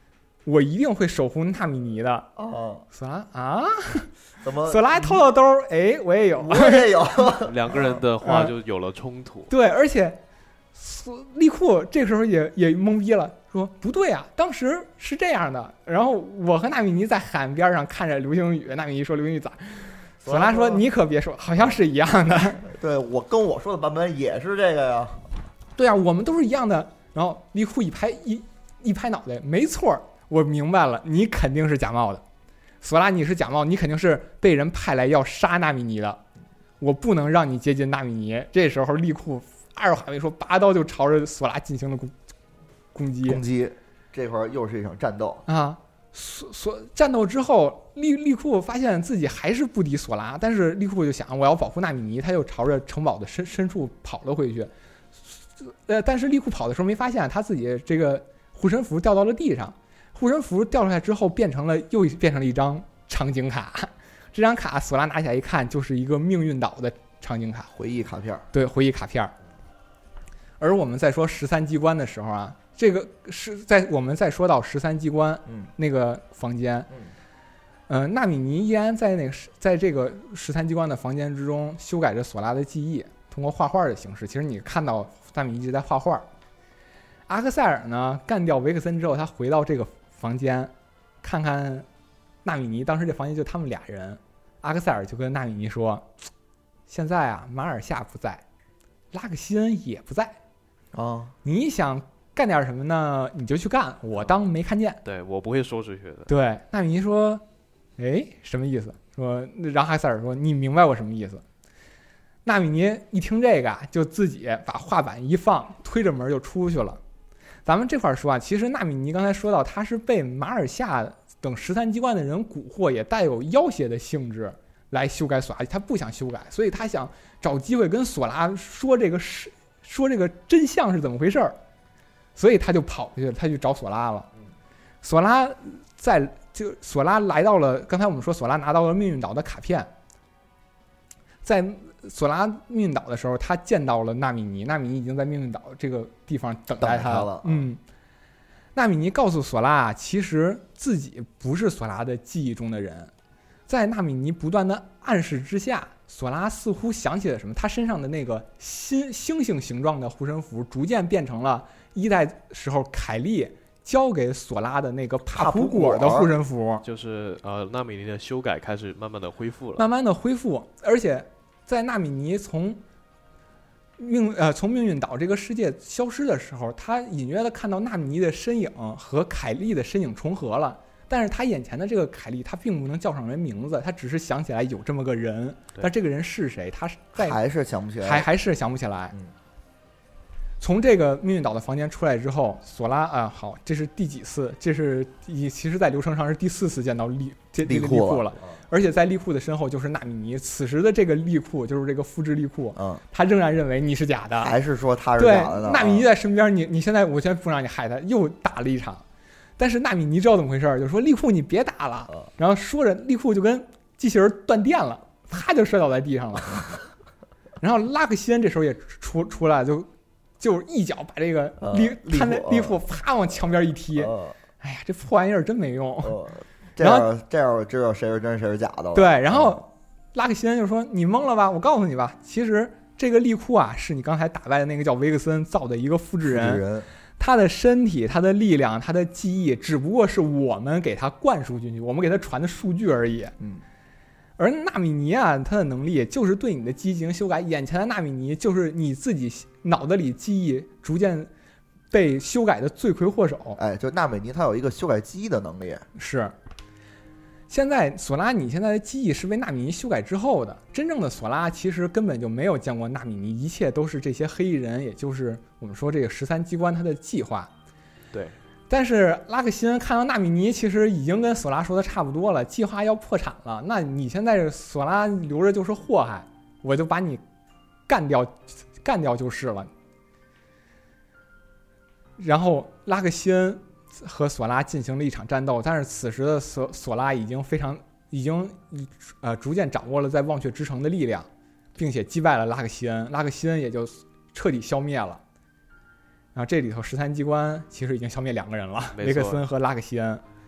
我一定会守护纳米尼的。 哦， 索拉啊， 怎么？ 索拉掏到兜，哎，我也有， 我也有。 两个人的话就有了冲突。 对，而且利库这个时候也也懵逼了，说不对啊，当时是这样的。然后我和纳米尼在海岸边上看着流星雨，纳米尼说流星雨咋？索拉说你可别说，好像是一样的。 对，我跟我说的版本也是这个呀。 对啊，我们都是一样的。然后利库一拍一一拍脑袋，没错。我明白了，你肯定是假冒的，索拉，你是假冒，你肯定是被人派来要杀纳米尼的，我不能让你接近纳米尼。这时候利库二话没说，拔刀就朝着索拉进行了攻攻击。 攻击，这会儿又是一场战斗啊！索索战斗之后，利利库发现自己还是不敌索拉，但是利库就想我要保护纳米尼，他就朝着城堡的深深处跑了回去。呃，但是利库跑的时候没发现他自己这个护身符掉到了地上。护身符掉出来之后，变成了又变成了一张场景卡。这张卡索拉拿起来一看，就是一个命运岛的场景卡， 回忆卡片。 对，回忆卡片。而我们在说十三机关的时候啊，这个是在我们再说到十三机关那个房间，嗯，呃，纳米尼依然在那个在这个十三机关的房间之中修改着索拉的记忆，通过画画的形式。其实你看到纳米尼一直在画画。阿克塞尔呢，干掉维克森之后，他回到这个房间，看看纳米尼。当时这房间就他们俩人，阿克塞尔就跟纳米尼说：“现在啊，马尔夏不在，拉克西恩也不在啊、哦，你想干点什么呢？你就去干，我当没看见。 对我不会说出去的。” 对，纳米尼说：“哎，什么意思？”说，然后阿克塞尔说：“你明白我什么意思？”纳米尼一听这个，就自己把画板一放，推着门就出去了。咱们这块说啊，其实纳米尼刚才说到，他是被马尔夏等十三机关的人蛊惑，也带有要挟的性质来修改索拉，他不想修改，所以他想找机会跟索拉说这个事，说这个真相是怎么回事儿，所以他就跑去了，他去找索拉了。索拉在就索拉来到了，刚才我们说索拉拿到了命运岛的卡片，在索拉命运岛的时候，他见到了纳米尼，纳米尼已经在命运岛这个地方等待他了。 嗯，纳米尼告诉索拉，其实自己不是索拉的记忆中的人。在纳米尼不断的暗示之下，索拉似乎想起了什么，他身上的那个新星星形状的护身符，逐渐变成了一代时候凯莉交给索拉的那个帕普果的护身符， 就是呃，纳米尼的修改开始慢慢的恢复了， 慢慢的恢复，而且。在纳米尼从命呃从命运岛这个世界消失的时候，他隐约的看到纳米尼的身影和凯莉的身影重合了，但是他眼前的这个凯莉，他并不能叫上人名字，他只是想起来有这么个人，但这个人是谁，他在还是想不起来， 还还是想不起来。 嗯， 从这个命运岛的房间出来之后，索拉啊，好，这是第几次？这是其实，在流程上是第四次见到利这利库了。而且在利库的身后就是纳米尼，此时的这个利库就是这个复制利库， 嗯， 他仍然认为你是假的， 还是说他是假的呢？ 对，纳米尼在身边，你你现在我先不让你害他，又打了一场，但是纳米尼知道怎么回事，就说利库你别打了， 嗯、 然后说着利库就跟机器人断电了，啪就摔倒在地上了，然后拉克西恩这时候也出出来，就就一脚把这个利、嗯、他那利库啪往墙边一踢， 嗯、 哎呀，这破玩意儿真没用。 嗯这样这样我知道谁是真谁是假的了。 对，然后拉克西恩就说：“你懵了吧？我告诉你吧，其实这个利库啊，是你刚才打败的那个叫维克森造的一个复制人。 复制人他的身体、他的力量、他的记忆，只不过是我们给他灌输进去，我们给他传的数据而已。 嗯， 而纳米尼啊，他的能力就是对你的记忆进行修改。眼前的纳米尼就是你自己脑子里记忆逐渐被修改的罪魁祸首。 哎，就纳米尼他有一个修改记忆的能力。 是。”现在索拉，你现在的记忆是被纳米尼修改之后的。真正的索拉其实根本就没有见过纳米尼，一切都是这些黑衣人，也就是我们说这个十三机关他的计划。 对。 但是拉克西恩看到纳米尼，其实已经跟索拉说的差不多了，计划要破产了。那你现在索拉留着就是祸害，我就把你干掉，干掉就是了。然后拉克西恩和索拉进行了一场战斗，但是此时的索索拉已经非常已经呃逐渐掌握了在忘却之城的力量，并且击败了拉克西恩，拉克西恩也就彻底消灭了。然后这里头十三机关其实已经消灭两个人了，维克森和拉克西恩。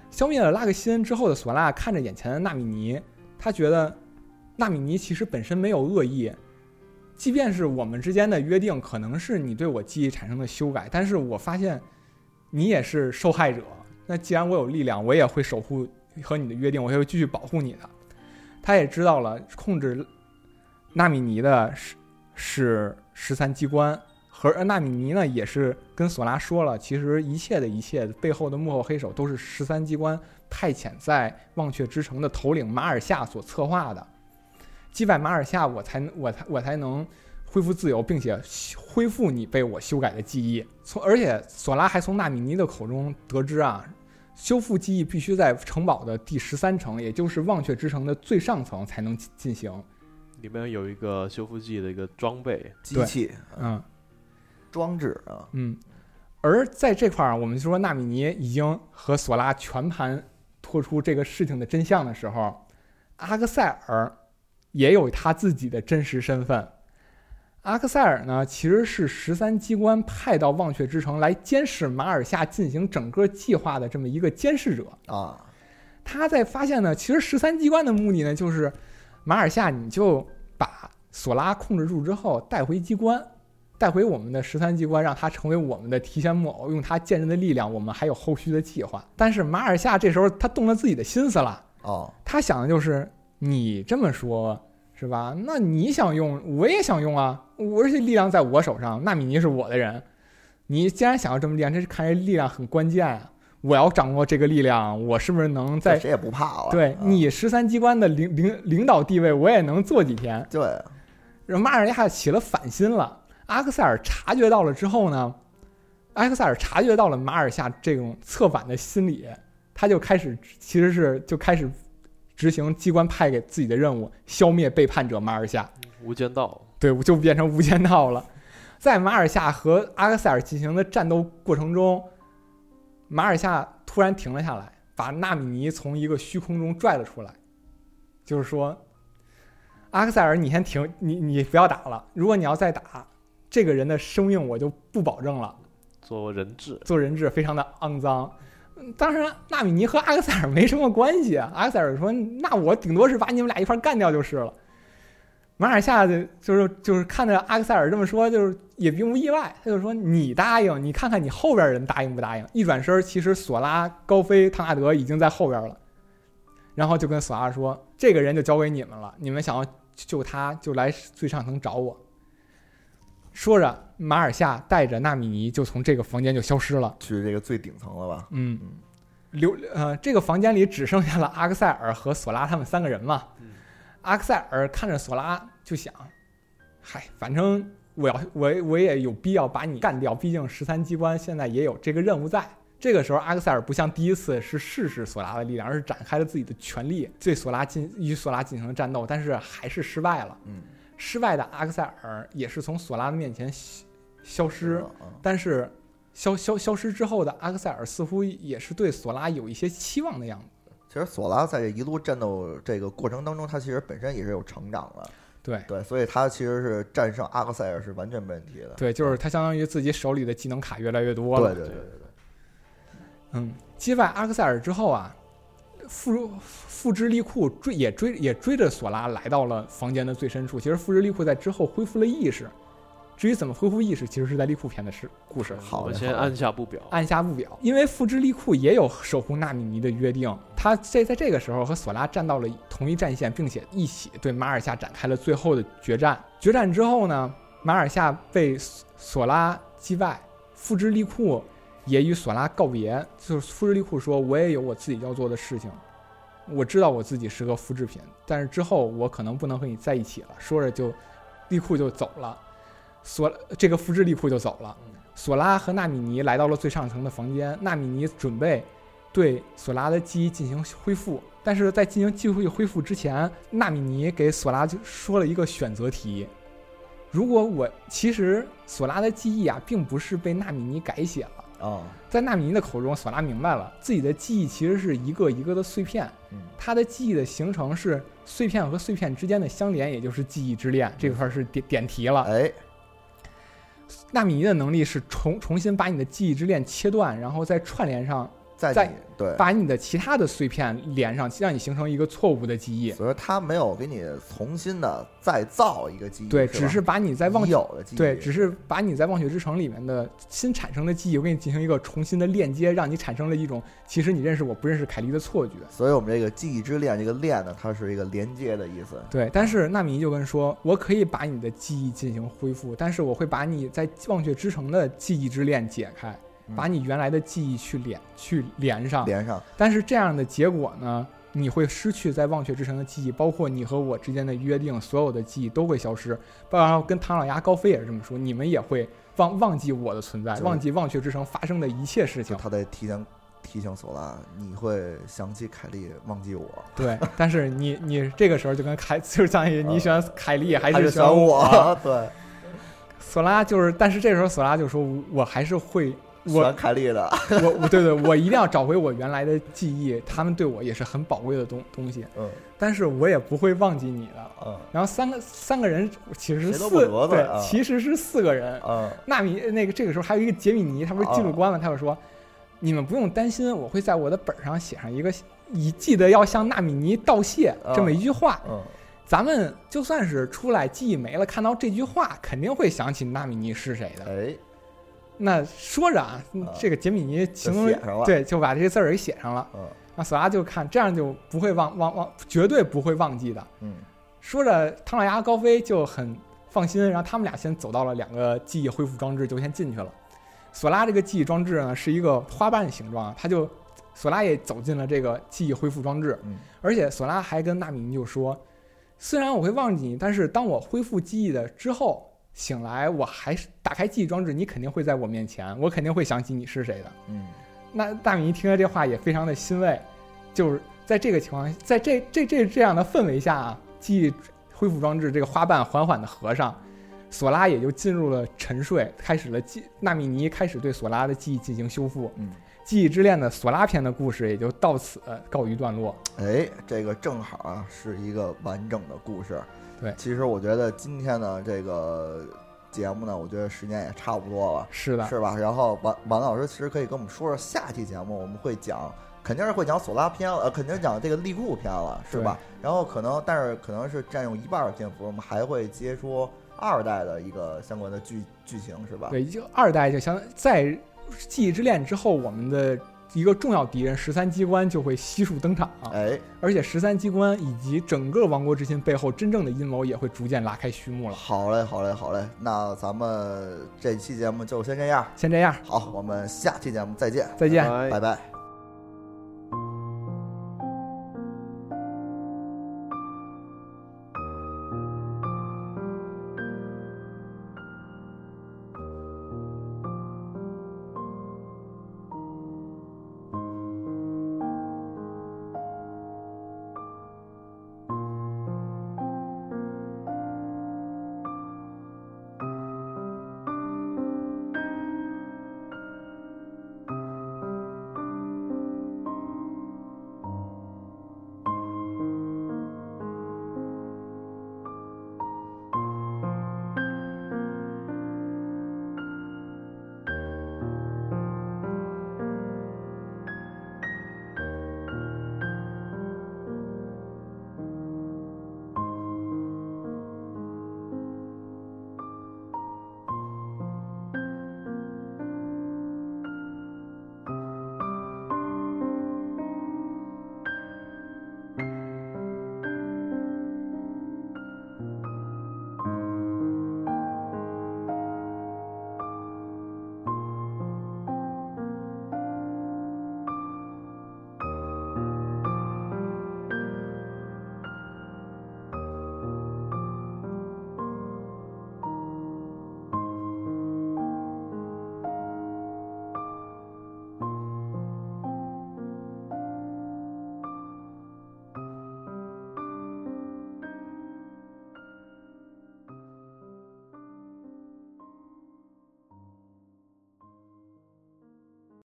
消灭了拉克西恩之后的索拉看着眼前的纳米尼，他觉得纳米尼其实本身没有恶意，即便是我们之间的约定可能是你对我记忆产生的修改，但是我发现你也是受害者，那既然我有力量，我也会守护和你的约定，我会继续保护你的。他也知道了控制纳米尼的是是十三机关，和纳米尼呢也是跟索拉说了，其实一切的一切背后的幕后黑手都是十三机关派遣在忘却之城的头领马尔夏所策划的。击败马尔夏，我才我才我才能恢复自由，并且恢复你被我修改的记忆。从而且索拉还从纳米尼的口中得知啊，修复记忆必须在城堡的第十三层，也就是忘却之城的最上层才能进行。 里面有一个修复记忆的一个装备机器， 嗯， 装置啊， 嗯。而在这块儿，我们就说纳米尼已经和索拉全盘托出这个事情的真相的时候，阿克塞尔也有他自己的真实身份。阿克塞尔呢，其实是十三机关派到忘却之城来监视马尔夏进行整个计划的这么一个监视者啊。 他在发现呢，其实十三机关的目的呢，就是马尔夏你就把索拉控制住之后带回机关，带回我们的十三机关，让他成为我们的提线木偶，用他坚韧的力量，我们还有后续的计划。但是马尔夏这时候他动了自己的心思了哦， 他想的就是你这么说是吧？那你想用，我也想用啊！我而且力量在我手上，纳米尼是我的人。你既然想要这么力量，这是看来力量很关键啊！我要掌握这个力量，我是不是能在谁也不怕了？ 对、 嗯、 你十三机关的领领领导地位，我也能做几天。 对， 然后马尔亚起了反心了。阿克塞尔察觉到了之后呢，阿克塞尔察觉到了马尔夏这种策反的心理，他就开始其实是就开始。执行机关派给自己的任务，消灭背叛者马尔夏。 无间道， 对，就变成无间道了。在马尔夏和阿克塞尔进行的战斗过程中，马尔夏突然停了下来，把纳米尼从一个虚空中拽了出来，就是说，阿克塞尔，你先停，你你不要打了。如果你要再打，这个人的生命我就不保证了。 做人质， 做人质非常的肮脏。当然，纳米尼和阿克塞尔没什么关系啊。阿克塞尔说：“那我顶多是把你们俩一块干掉就是了。”马尔夏的就是就是看着阿克塞尔这么说，就是也并不意外。他就说：“你答应，你看看你后边人答应不答应？”一转身，其实索拉、高飞、唐纳德已经在后边了。然后就跟索拉说：“这个人就交给你们了，你们想要救他，就来最上层找我。”说着，马尔夏带着纳米尼就从这个房间就消失了， 去这个最顶层了吧？ 嗯，留呃，这个房间里只剩下了阿克塞尔和索拉他们三个人嘛。 嗯、 阿克塞尔看着索拉就想，嗨，反正我要我我也有必要把你干掉，毕竟十三机关现在也有这个任务在。这个时候，阿克塞尔不像第一次是试试索拉的力量，而是展开了自己的全力对索拉进与索拉进行了战斗，但是还是失败了。 嗯。 失败的阿克塞尔也是从索拉的面前消失，但是消消消失之后的阿克塞尔似乎也是对索拉有一些期望的样子。 其实索拉在这一路战斗这个过程当中，他其实本身也是有成长的。 对对，所以他其实是战胜阿克塞尔是完全没问题的。 对，就是他相当于自己手里的技能卡越来越多了。 对对对对对。 嗯，击败阿克塞尔之后啊，复复之利库追也追也追着索拉来到了房间的最深处。其实复之利库在之后恢复了意识，至于怎么恢复意识，其实是在利库篇的事故事。 好，我先按下不表。 按下不表，因为复之利库也有守护纳米尼的约定，他在在这个时候和索拉站到了同一战线，并且一起对马尔夏展开了最后的决战。决战之后呢，马尔夏被索拉击败，复之利库也与索拉告别。就是复之利库说：“我也有我自己要做的事情。”我知道我自己是个复制品，但是之后我可能不能和你在一起了。说着就，利库就走了，索这个复制利库就走了。索拉和纳米尼来到了最上层的房间，纳米尼准备对索拉的记忆进行恢复，但是在进行记忆恢复之前，纳米尼给索拉就说了一个选择题：如果我其实索拉的记忆啊，并不是被纳米尼改写了。 哦， 在纳米尼的口中，索拉明白了自己的记忆其实是一个一个的碎片， 嗯， 他的记忆的形成是碎片和碎片之间的相连，也就是记忆之链。这块是点点题了。 哎， 纳米尼的能力是重重新把你的记忆之链切断，然后再串联上在在对把你的其他的碎片连上，让你形成一个错误的记忆。 所以他没有给你重新的再造一个记忆， 对， 是只是把你在忘有的记忆， 对，只是把你在忘却之城里面的新产生的记忆，我给你进行一个重新的链接，让你产生了一种其实你认识我不认识凯莉的错觉。 所以我们这个记忆之链，这个链呢，它是一个连接的意思。 对，但是纳米就跟说，我可以把你的记忆进行恢复，但是我会把你在忘却之城的记忆之链解开。把你原来的记忆去连去连上， 连上。 但是这样的结果呢，你会失去在忘却之城的记忆，包括你和我之间的约定，所有的记忆都会消失。包括跟唐老鸭、高飞也是这么说，你们也会忘忘记我的存在，忘记忘却之城发生的一切事情。 他得提醒提醒索拉，你会想起凯莉，忘记我。 对，但是你你这个时候就跟凯，就是相当于你选凯莉还是选我？ 对， 索拉就是，但是这时候索拉就说，我还是会。 我凯莉的， 我我对对，我一定要找回我原来的记忆，他们对我也是很宝贵的东东西。 嗯， 但是我也不会忘记你的。 嗯， 然后三个三个人其实是四， 对， 啊、其实是四个人。 嗯， 纳米那个这个时候还有一个杰米尼，他不是记录官吗？他就说，你们不用担心，我会在我的本上写上一个，你记得要向纳米尼道谢、 嗯、 这么一句话。 嗯。 咱们就算是出来记忆没了，看到这句话，肯定会想起纳米尼是谁的。 哎。 那说着啊， 嗯、 这个杰米尼形容写上了， 对，就把这些字儿给写上了。 嗯， 那索拉就看，这样就不会忘忘忘，绝对不会忘记的。 嗯， 说着，唐老鸭、高飞就很放心，然后他们俩先走到了两个记忆恢复装置，就先进去了。索拉这个记忆装置呢是一个花瓣形状，他就索拉也走进了这个记忆恢复装置。 嗯， 而且索拉还跟纳米尼就说，虽然我会忘记你，但是当我恢复记忆的之后。醒来，我还是打开记忆装置，你肯定会在我面前，我肯定会想起你是谁的。 嗯， 那大米听了这话也非常的欣慰，就是在这个情况，在这这这这样的氛围下啊，记忆恢复装置这个花瓣缓缓的合上，索拉也就进入了沉睡，开始了记纳米尼开始对索拉的记忆进行修复。 嗯， 记忆之恋的索拉篇的故事也就到此告一段落。 哎，这个正好啊是一个完整的故事。 对， 其实我觉得今天呢，这个节目呢，我觉得时间也差不多了， 是的， 是吧？然后王王老师其实可以跟我们说说下期节目我们会讲，肯定是会讲索拉篇了，呃，肯定讲这个利库篇了，是吧？然后可能，但是可能是占用一半的篇幅，我们还会接说二代的一个相关的剧剧情，是吧？ 对，就二代就相在记忆之恋之后，我们的一个重要敌人十三机关就会悉数登场， 哎， 而且十三机关以及整个王国之心背后真正的阴谋也会逐渐拉开序幕了。 好嘞，好嘞，好嘞，那咱们这期节目就先这样， 先这样， 好，我们下期节目再见， 再见， 拜拜。